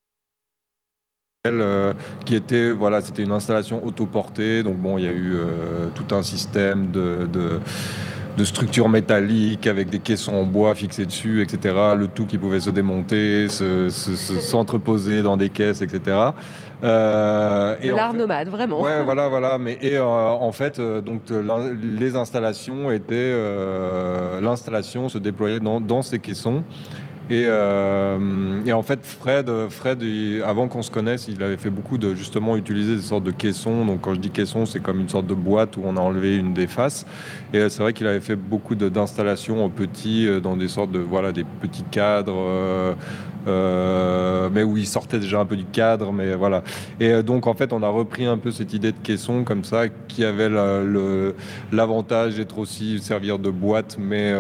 qui était, voilà, c'était une installation autoportée. Donc bon, il y a eu tout un système de structures métalliques avec des caissons en bois fixés dessus, etc. Le tout qui pouvait se démonter, s'entreposer dans des caisses, etc. L'art nomade, vraiment. Ouais, voilà. Mais en fait, donc les installations étaient, l'installation se déployait dans ces caissons. Et en fait, Fred, avant qu'on se connaisse, il avait fait beaucoup de justement utiliser des sortes de caissons. Donc quand je dis caisson, c'est comme une sorte de boîte où on a enlevé une des faces. Et c'est vrai qu'il avait fait beaucoup d'installations petits dans des sortes de des petits cadres. Mais où il sortait déjà un peu du cadre, mais voilà. Et donc en fait on a repris un peu cette idée de caisson comme ça, qui avait l'avantage d'être aussi servir de boîte, mais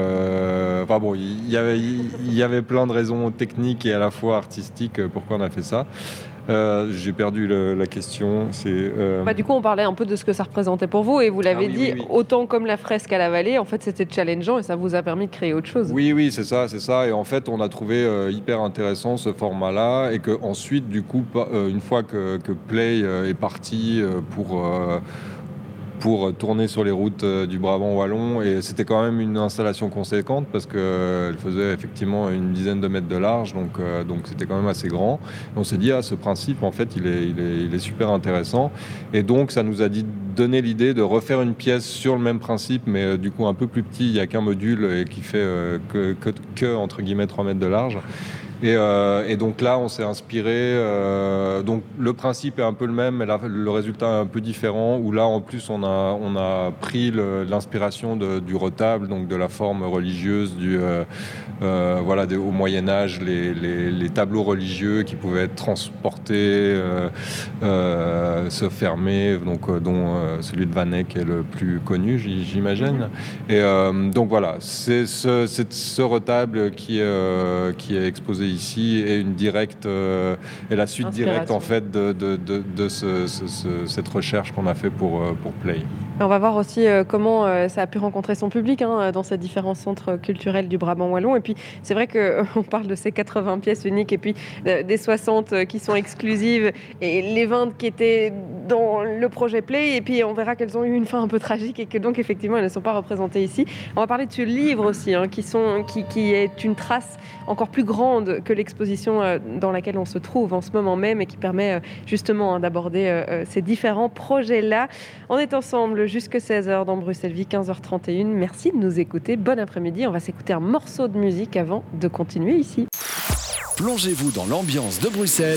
il y avait plein de raisons techniques et à la fois artistiques pourquoi on a fait ça. J'ai perdu la question. Du coup, on parlait un peu de ce que ça représentait pour vous et vous l'avez dit, oui. autant comme la fresque à la vallée, en fait, c'était challengeant et ça vous a permis de créer autre chose. Oui, c'est ça. Et en fait, on a trouvé hyper intéressant ce format-là et que ensuite, du coup, une fois que Play est parti pour tourner sur les routes du Brabant wallon, et c'était quand même une installation conséquente parce qu'elle faisait effectivement une dizaine de mètres de large, donc c'était quand même assez grand. Et on s'est dit, ce principe, en fait, il est super intéressant. Et donc, ça nous a donné l'idée de refaire une pièce sur le même principe, mais du coup un peu plus petit. Il n'y a qu'un module et qui fait que entre guillemets 3 mètres de large. Et donc là, on s'est inspiré. Donc le principe est un peu le même, mais le résultat est un peu différent. Où là, en plus, on a pris l'inspiration du retable, donc de la forme religieuse au Moyen Âge, les tableaux religieux qui pouvaient être transportés, se fermer, dont celui de Van Eyck est le plus connu, j'imagine. Et donc voilà, c'est ce retable qui est exposé ici et une directe et la suite directe en fait de cette recherche qu'on a fait pour Play. On va voir aussi comment ça a pu rencontrer son public dans ces différents centres culturels du Brabant wallon. Et puis c'est vrai qu'on parle de ces 80 pièces uniques et puis des 60 qui sont exclusives et les 20 qui étaient dans le projet Play. Et puis on verra qu'elles ont eu une fin un peu tragique et que donc effectivement elles ne sont pas représentées ici. On va parler de ce livre aussi qui est une trace encore plus grande que l'exposition dans laquelle on se trouve en ce moment même et qui permet justement d'aborder ces différents projets-là. On est ensemble jusqu'à 16h dans Bruxelles Vie, 15h31. Merci de nous écouter. Bon après-midi. On va s'écouter un morceau de musique avant de continuer ici. Plongez-vous dans l'ambiance de Bruxelles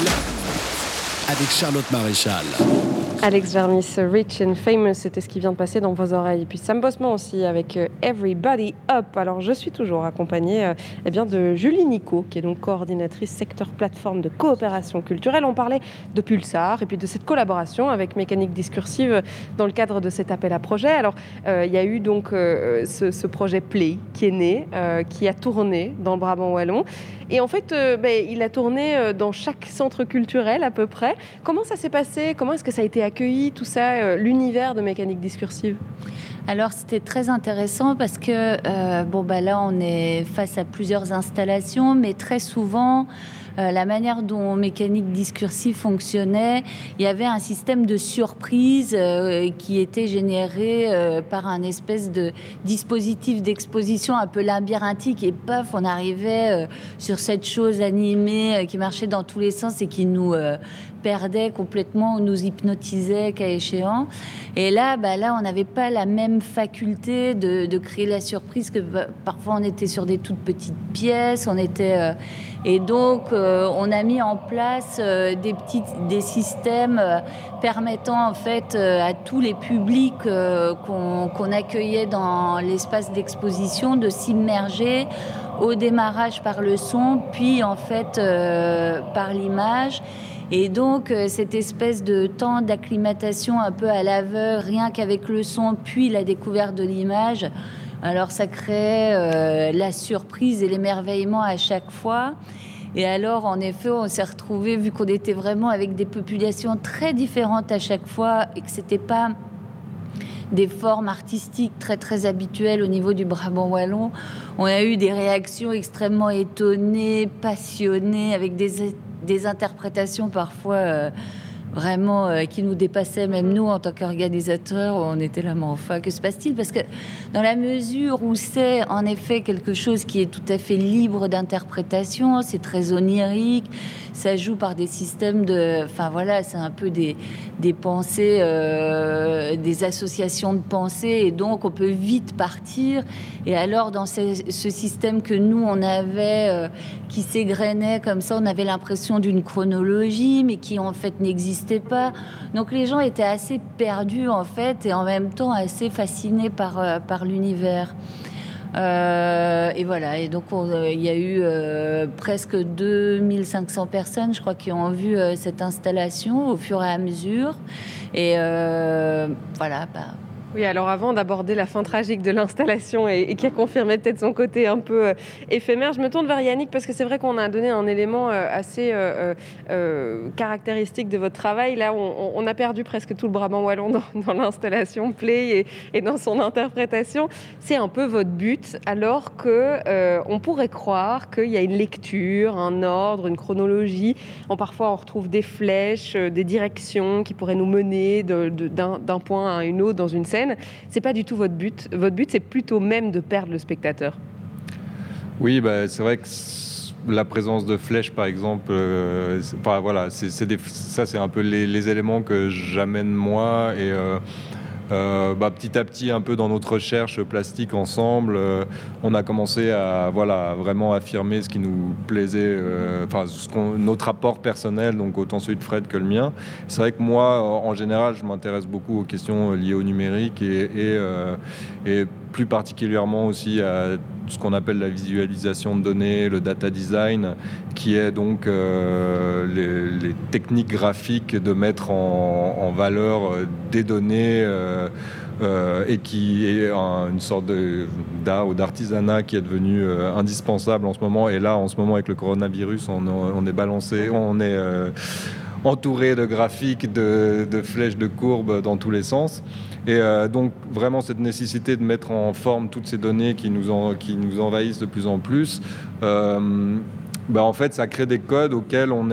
avec Charlotte Maréchal. Alex Jarmis, Rich and Famous, c'était ce qui vient de passer dans vos oreilles. Et puis Sam Bosman aussi avec Everybody Up. Alors je suis toujours accompagnée de Julie Nico, qui est donc coordinatrice secteur plateforme de coopération culturelle. On parlait de Pulsar et puis de cette collaboration avec Mécanique Discursive dans le cadre de cet appel à projet. Alors il y a eu donc ce projet Play qui est né, qui a tourné dans le Brabant wallon. Et en fait, il a tourné dans chaque centre culturel à peu près. Comment ça s'est passé ? Comment est-ce que ça a été accueilli, tout ça, l'univers de Mécanique Discursive ? Alors c'était très intéressant parce que là on est face à plusieurs installations, mais très souvent la manière dont Mécanique Discursive fonctionnait, il y avait un système de surprise qui était généré par un espèce de dispositif d'exposition un peu labyrinthique et paf, on arrivait sur cette chose animée qui marchait dans tous les sens et qui nous perdait complètement, nous hypnotisait cas échéant. Et là, on n'avait pas la même faculté de créer la surprise que parfois on était sur des toutes petites pièces, et donc on a mis en place des systèmes permettant en fait à tous les publics qu'on accueillait dans l'espace d'exposition de s'immerger au démarrage par le son, puis en fait par l'image. Et donc, cette espèce de temps d'acclimatation un peu à l'aveugle, rien qu'avec le son, puis la découverte de l'image, alors ça crée la surprise et l'émerveillement à chaque fois. Et alors, en effet, on s'est retrouvés, vu qu'on était vraiment avec des populations très différentes à chaque fois, et que c'était pas des formes artistiques très très habituelles au niveau du Brabant wallon, on a eu des réactions extrêmement étonnées, passionnées, avec des interprétations parfois vraiment qui nous dépassaient, même nous en tant qu'organisateurs. On était là, mais enfin, que se passe-t-il ? Parce que dans la mesure où c'est en effet quelque chose qui est tout à fait libre d'interprétation, c'est très onirique, ça joue par des systèmes c'est un peu des pensées, des associations de pensées, et donc on peut vite partir. Et alors dans ce système que nous on avait, qui s'égrenait comme ça, on avait l'impression d'une chronologie, mais qui en fait n'existait pas. Donc les gens étaient assez perdus en fait, et en même temps assez fascinés par l'univers. Et voilà, et donc il y a eu presque 2500 personnes, je crois, qui ont vu cette installation au fur et à mesure. Et Oui, alors avant d'aborder la fin tragique de l'installation et qui a confirmé peut-être son côté un peu éphémère, je me tourne vers Yannick parce que c'est vrai qu'on a donné un élément assez caractéristique de votre travail. Là, on a perdu presque tout le Brabant wallon dans l'installation Play et dans son interprétation. C'est un peu votre but, alors qu'on pourrait croire qu'il y a une lecture, un ordre, une chronologie. Parfois, on retrouve des flèches, des directions qui pourraient nous mener d'un point à une autre dans une scène. C'est pas du tout votre but. Votre but, c'est plutôt même de perdre le spectateur. Oui, c'est vrai que la présence de flèches, par exemple, ça, c'est un peu les éléments que j'amène moi. Et petit à petit, un peu dans notre recherche plastique ensemble, on a commencé à vraiment affirmer ce qui nous plaisait, notre apport personnel, donc autant celui de Fred que le mien. C'est vrai que moi, en général, je m'intéresse beaucoup aux questions liées au numérique et plus particulièrement aussi à ce qu'on appelle la visualisation de données, le data design, qui est donc les techniques graphiques de mettre en valeur des données et qui est une sorte d'art ou d'artisanat qui est devenu indispensable en ce moment. Et là, en ce moment, avec le coronavirus, on est entouré de graphiques, de flèches, de courbes dans tous les sens. Et donc vraiment cette nécessité de mettre en forme toutes ces données qui nous envahissent de plus en plus, en fait ça crée des codes auxquels on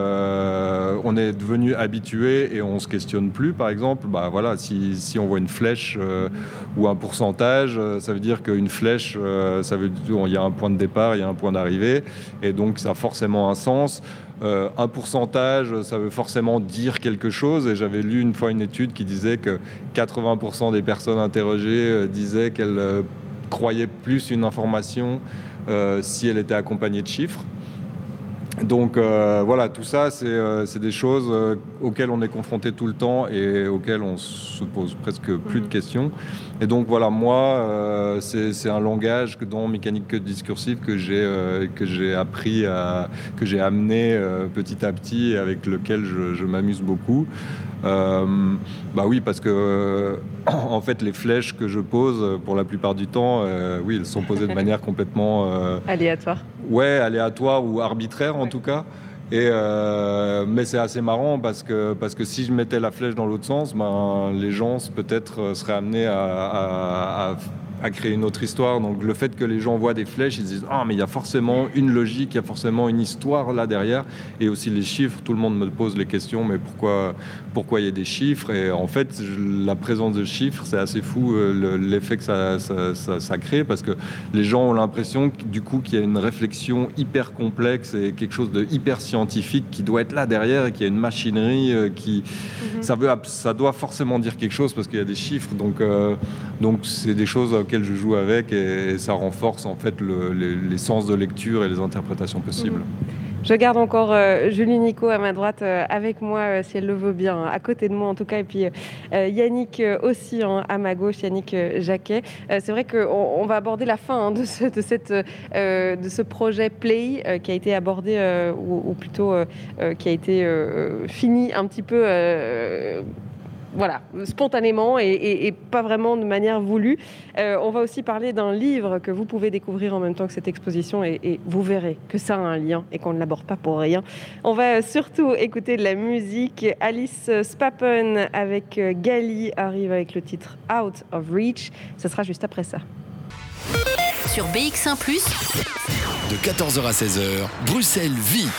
est devenu habitué et on se questionne plus. Par exemple, si on voit une flèche ou un pourcentage, ça veut dire qu'une flèche, ça veut dire il y a un point de départ, il y a un point d'arrivée, et donc ça a forcément un sens. Un pourcentage, ça veut forcément dire quelque chose, et j'avais lu une fois une étude qui disait que 80% des personnes interrogées disaient qu'elles croyaient plus une information si elle était accompagnée de chiffres. Donc tout ça, c'est des choses auxquelles on est confronté tout le temps et auxquelles on se pose presque plus de questions. Et donc moi, c'est un langage dans mécanique discursive que j'ai appris, que j'ai amené petit à petit, et avec lequel je m'amuse beaucoup. Oui, parce que en fait, les flèches que je pose, pour la plupart du temps, elles sont posées de manière complètement aléatoire. Ouais, aléatoire ou arbitraire en tout cas. Mais c'est assez marrant parce que si je mettais la flèche dans l'autre sens, les gens peut-être seraient amenés à créer une autre histoire. Donc le fait que les gens voient des flèches, ils se disent « Ah, mais il y a forcément une logique, il y a forcément une histoire là derrière. » Et aussi les chiffres, tout le monde me pose les questions « Mais pourquoi il y a des chiffres ?» Et en fait, la présence de chiffres, c'est assez fou l'effet que ça crée, parce que les gens ont l'impression du coup qu'il y a une réflexion hyper complexe et quelque chose de hyper scientifique qui doit être là derrière, et qu'il y a une machinerie qui... Ça doit forcément dire quelque chose parce qu'il y a des chiffres. Donc c'est des choses auxquelles je joue avec, et ça renforce en fait les sens de lecture et les interprétations possibles. Je garde encore Julie Nico à ma droite avec moi, si elle le veut bien, à côté de moi en tout cas, et puis Yannick aussi à ma gauche, Yannick Jacquet. C'est vrai qu'on va aborder la fin de ce projet Play qui a été abordé, ou plutôt qui a été fini un petit peu... spontanément et pas vraiment de manière voulue. On va aussi parler d'un livre que vous pouvez découvrir en même temps que cette exposition, et vous verrez que ça a un lien et qu'on ne l'aborde pas pour rien. On va surtout écouter de la musique. Alice Spappen avec Gali arrive avec le titre Out of Reach. Ce sera juste après ça. Sur BX1+, de 14h à 16h, Bruxelles vit.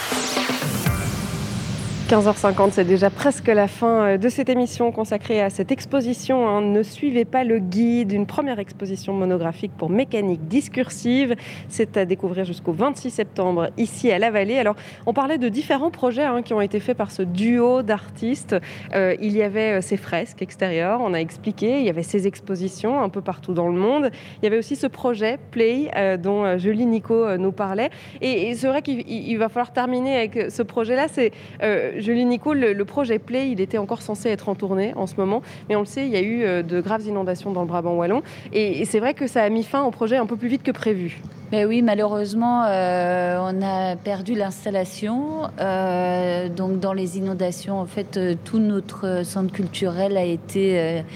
15h50, c'est déjà presque la fin de cette émission consacrée à cette exposition. Ne suivez pas le guide, une première exposition monographique pour mécanique discursive. C'est à découvrir jusqu'au 26 septembre ici à La Vallée. Alors, on parlait de différents projets qui ont été faits par ce duo d'artistes. Il y avait ces fresques extérieures, on a expliqué. Il y avait ces expositions un peu partout dans le monde. Il y avait aussi ce projet Play dont Julie Nico nous parlait. Et c'est vrai qu'il va falloir terminer avec ce projet-là. C'est... Julie Nico, le projet Play, il était encore censé être en tournée en ce moment, mais on le sait, il y a eu de graves inondations dans le Brabant wallon, et c'est vrai que ça a mis fin au projet un peu plus vite que prévu. Ben oui, malheureusement, on a perdu l'installation. Donc dans les inondations, en fait, tout notre centre culturel a été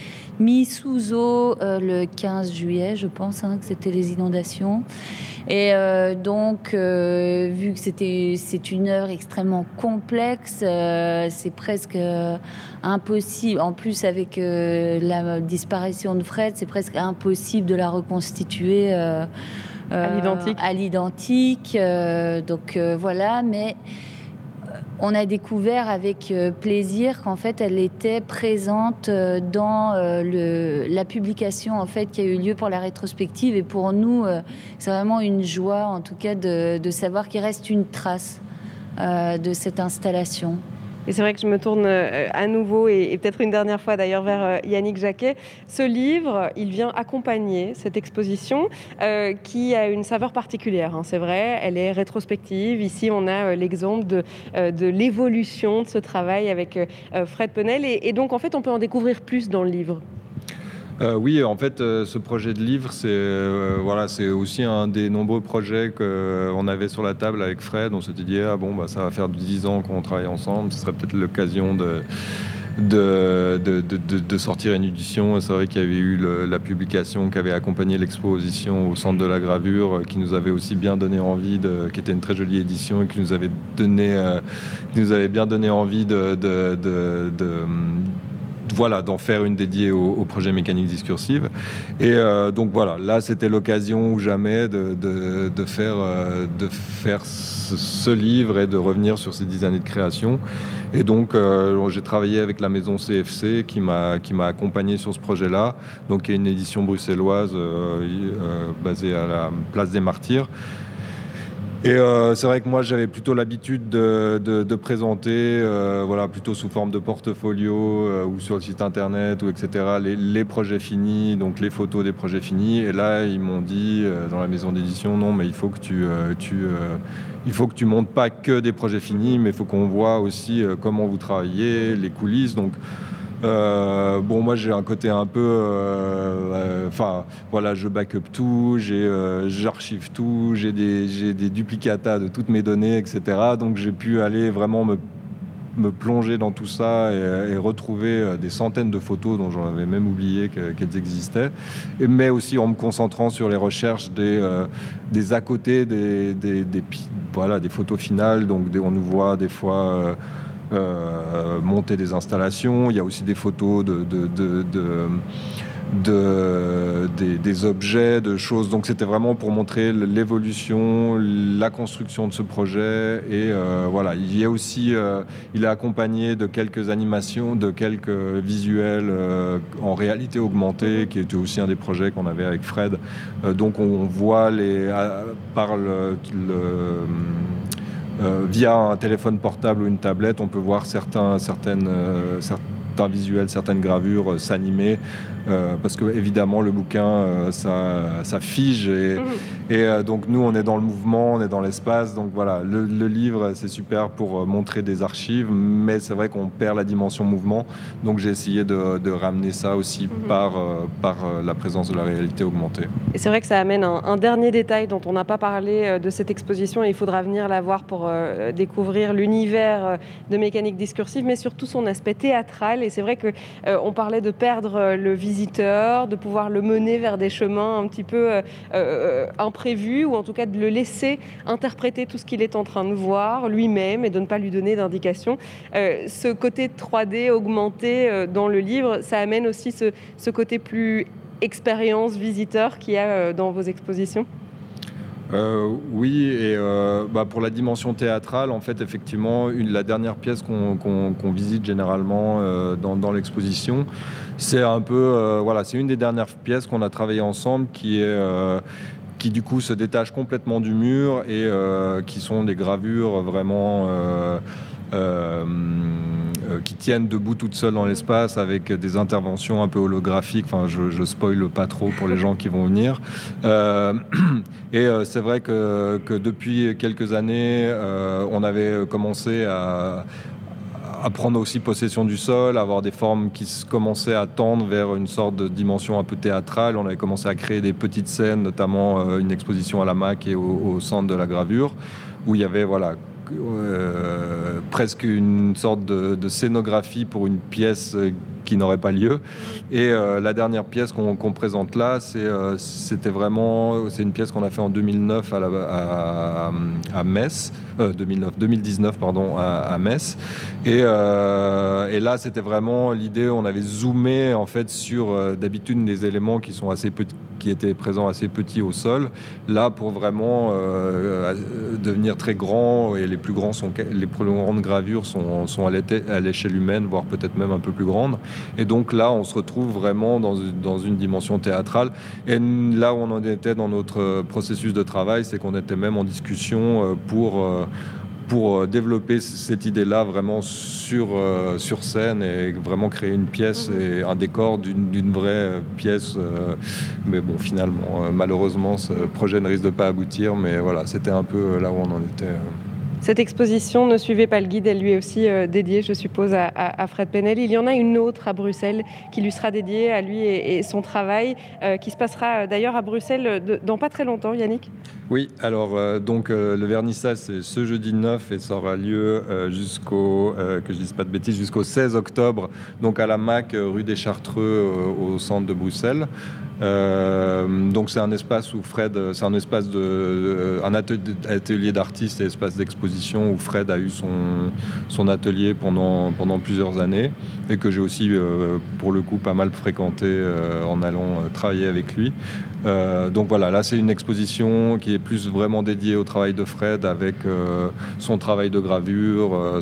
mis sous eau le 15 juillet, je pense, que c'était les inondations. Et donc, vu que c'est une œuvre extrêmement complexe, c'est presque impossible. En plus, avec la disparition de Fred, c'est presque impossible de la reconstituer à l'identique. Donc voilà, mais on a découvert avec plaisir qu'en fait, elle était présente dans la publication en fait qui a eu lieu pour la rétrospective. Et pour nous, c'est vraiment une joie, en tout cas, de savoir qu'il reste une trace de cette installation. Et c'est vrai que je me tourne à nouveau et peut-être une dernière fois d'ailleurs vers Yannick Jacquet. Ce livre, il vient accompagner cette exposition qui a une saveur particulière. C'est vrai, elle est rétrospective. Ici, on a l'exemple de l'évolution de ce travail avec Fred Penel. Et donc, en fait, on peut en découvrir plus dans le livre. Oui, en fait, ce projet de livre, c'est aussi un des nombreux projets qu'on avait sur la table avec Fred. On s'était dit, ça va faire 10 ans qu'on travaille ensemble, ce serait peut-être l'occasion de sortir une édition. C'est vrai qu'il y avait eu la publication qui avait accompagné l'exposition au Centre de la Gravure, qui nous avait aussi bien donné envie, qui était une très jolie édition et qui nous avait bien donné envie d'en faire une dédiée au projet mécanique discursive. Et donc voilà, là c'était l'occasion ou jamais de faire ce livre et de revenir sur ces 10 années de création. Et donc j'ai travaillé avec la maison CFC qui m'a accompagné sur ce projet-là, donc il y a une édition bruxelloise basée à la Place des Martyrs. Et c'est vrai que moi j'avais plutôt l'habitude de présenter plutôt sous forme de portfolio ou sur le site internet ou etc. les projets finis, donc les photos des projets finis. Et là ils m'ont dit dans la maison d'édition, non mais il faut que tu montes pas que des projets finis, mais il faut qu'on voit aussi comment vous travaillez, les coulisses. Donc moi j'ai un côté un peu je backup tout, j'archive tout, j'ai des duplicata de toutes mes données, etc. Donc j'ai pu aller vraiment me plonger dans tout ça et retrouver des centaines de photos dont j'en avais même oublié qu'elles existaient, mais aussi en me concentrant sur les recherches des à côté des photos finales. Donc on nous voit des fois monter des installations. Il y a aussi des photos des objets, de choses. Donc c'était vraiment pour montrer l'évolution, la construction de ce projet. Et il y a aussi, il est accompagné de quelques animations, de quelques visuels en réalité augmentée, qui était aussi un des projets qu'on avait avec Fred. Donc on voit via un téléphone portable ou une tablette, on peut voir certains visuels, certaines gravures s'animer, parce que évidemment le bouquin ça fige et donc nous on est dans le mouvement, on est dans l'espace. Donc voilà, le livre c'est super pour montrer des archives, mais c'est vrai qu'on perd la dimension mouvement. Donc j'ai essayé de ramener ça aussi par la présence de la réalité augmentée. Et c'est vrai que ça amène un dernier détail dont on n'a pas parlé de cette exposition, et il faudra venir la voir pour découvrir l'univers de mécanique discursive, mais surtout son aspect théâtral. Et c'est vrai qu'on parlait de perdre le visiteur, de pouvoir le mener vers des chemins un petit peu imprévus, ou en tout cas de le laisser interpréter tout ce qu'il est en train de voir lui-même et de ne pas lui donner d'indications. Ce côté 3D augmenté dans le livre, ça amène aussi ce côté plus expérience visiteur qu'il y a dans vos expositions. Oui, et pour la dimension théâtrale, en fait, effectivement, la dernière pièce qu'on visite généralement dans l'exposition, c'est un peu, c'est une des dernières pièces qu'on a travaillé ensemble, qui du coup se détache complètement du mur et qui sont des gravures vraiment qui tiennent debout toutes seules dans l'espace, avec des interventions un peu holographiques. Enfin, je spoile pas trop pour les gens qui vont venir. Et c'est vrai que depuis quelques années, on avait commencé à prendre aussi possession du sol, à avoir des formes qui commençaient à tendre vers une sorte de dimension un peu théâtrale. On avait commencé à créer des petites scènes, notamment une exposition à la MAC et au Centre de la Gravure, où il y avait presque une sorte de scénographie pour une pièce qui n'aurait pas lieu. Et la dernière pièce qu'on présente là, c'est une pièce qu'on a fait en 2009 à Metz, 2019 pardon, à Metz. Et là, c'était vraiment l'idée. On avait zoomé en fait sur d'habitude des éléments qui sont assez petits, qui étaient présents assez petits au sol. Là, pour vraiment devenir très grands, et les plus grandes gravures sont à l'échelle humaine, voire peut-être même un peu plus grandes. Et donc là, on se retrouve vraiment dans une dimension théâtrale. Et là où on en était dans notre processus de travail, c'est qu'on était même en discussion pour développer cette idée-là vraiment sur scène et vraiment créer une pièce et un décor d'une vraie pièce. Mais bon, finalement, malheureusement, ce projet ne risque de pas aboutir. Mais voilà, c'était un peu là où on en était. Cette exposition Ne suivez pas le guide, elle lui est aussi dédiée, je suppose, à Fred Penel. Il y en a une autre à Bruxelles qui lui sera dédiée à lui et son travail, qui se passera d'ailleurs à Bruxelles dans pas très longtemps, Yannick. Oui, alors le vernissage c'est ce jeudi 9 et ça aura lieu jusqu'au 16 octobre, donc à la MAC rue des Chartreux au centre de Bruxelles. Donc c'est un espace où Fred, un atelier d'artiste et espace d'exposition où Fred a eu son atelier pendant plusieurs années et que j'ai aussi pour le coup pas mal fréquenté en allant travailler avec lui. Donc voilà, là c'est une exposition qui est plus vraiment dédiée au travail de Fred avec son travail de gravure,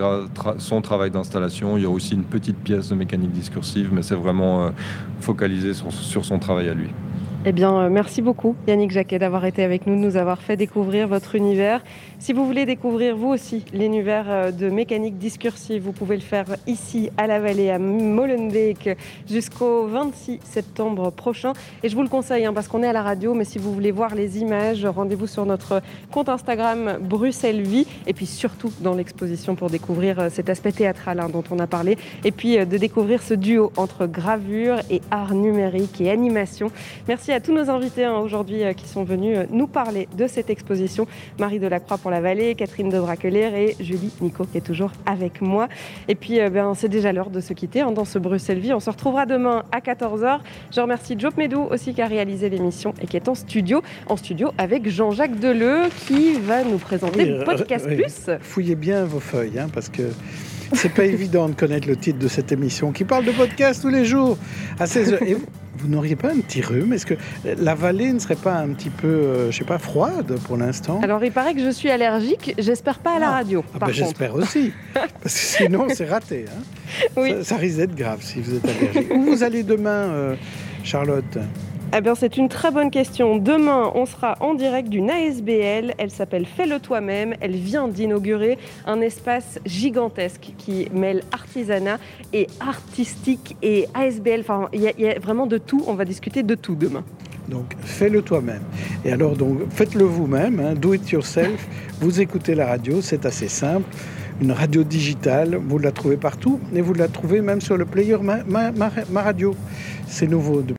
son travail d'installation. Il y a aussi une petite pièce de mécanique discursive, mais c'est vraiment focalisé sur son travail à lui. Eh bien, merci beaucoup Yannick Jacquet d'avoir été avec nous, de nous avoir fait découvrir votre univers. Si vous voulez découvrir vous aussi l'univers de mécanique discursive, vous pouvez le faire ici à la Vallée, à Molenbeek, jusqu'au 26 septembre prochain. Et je vous le conseille parce qu'on est à la radio, mais si vous voulez voir les images, rendez-vous sur notre compte Instagram Bruxelles Vie. Et puis surtout dans l'exposition pour découvrir cet aspect théâtral dont on a parlé. Et puis de découvrir ce duo entre gravure et art numérique et animation. Merci à tous nos invités aujourd'hui qui sont venus nous parler de cette exposition. Marie Delacroix pour la Vallée, Catherine de Braquelière et Julie Nico qui est toujours avec moi. Et puis c'est déjà l'heure de se quitter dans ce Bruxelles Vie. On se retrouvera demain à 14h. Je remercie Job Medou aussi qui a réalisé l'émission et qui est en studio avec Jean-Jacques Deleu qui va nous présenter Podcast Plus. Fouillez bien vos feuilles parce que c'est pas évident de connaître le titre de cette émission qui parle de podcast tous les jours à 16h. Et vous n'auriez pas un petit rhume? Est-ce que la vallée ne serait pas un petit peu, froide pour l'instant? Alors, il paraît que je suis allergique. J'espère pas à la radio, par contre. J'espère aussi. Parce que sinon, c'est raté. Oui. Ça risque d'être grave si vous êtes allergique. Où vous allez demain, Charlotte? Eh bien, c'est une très bonne question. Demain, on sera en direct d'une ASBL. Elle s'appelle Fais-le toi-même. Elle vient d'inaugurer un espace gigantesque qui mêle artisanat et artistique et ASBL. Enfin, il y a vraiment de tout. On va discuter de tout demain. Donc, fais-le toi-même. Et alors, faites-le vous-même. Do it yourself. Vous écoutez la radio, c'est assez simple. Une radio digitale, vous la trouvez partout. Et vous la trouvez même sur le player Ma Radio. C'est nouveau.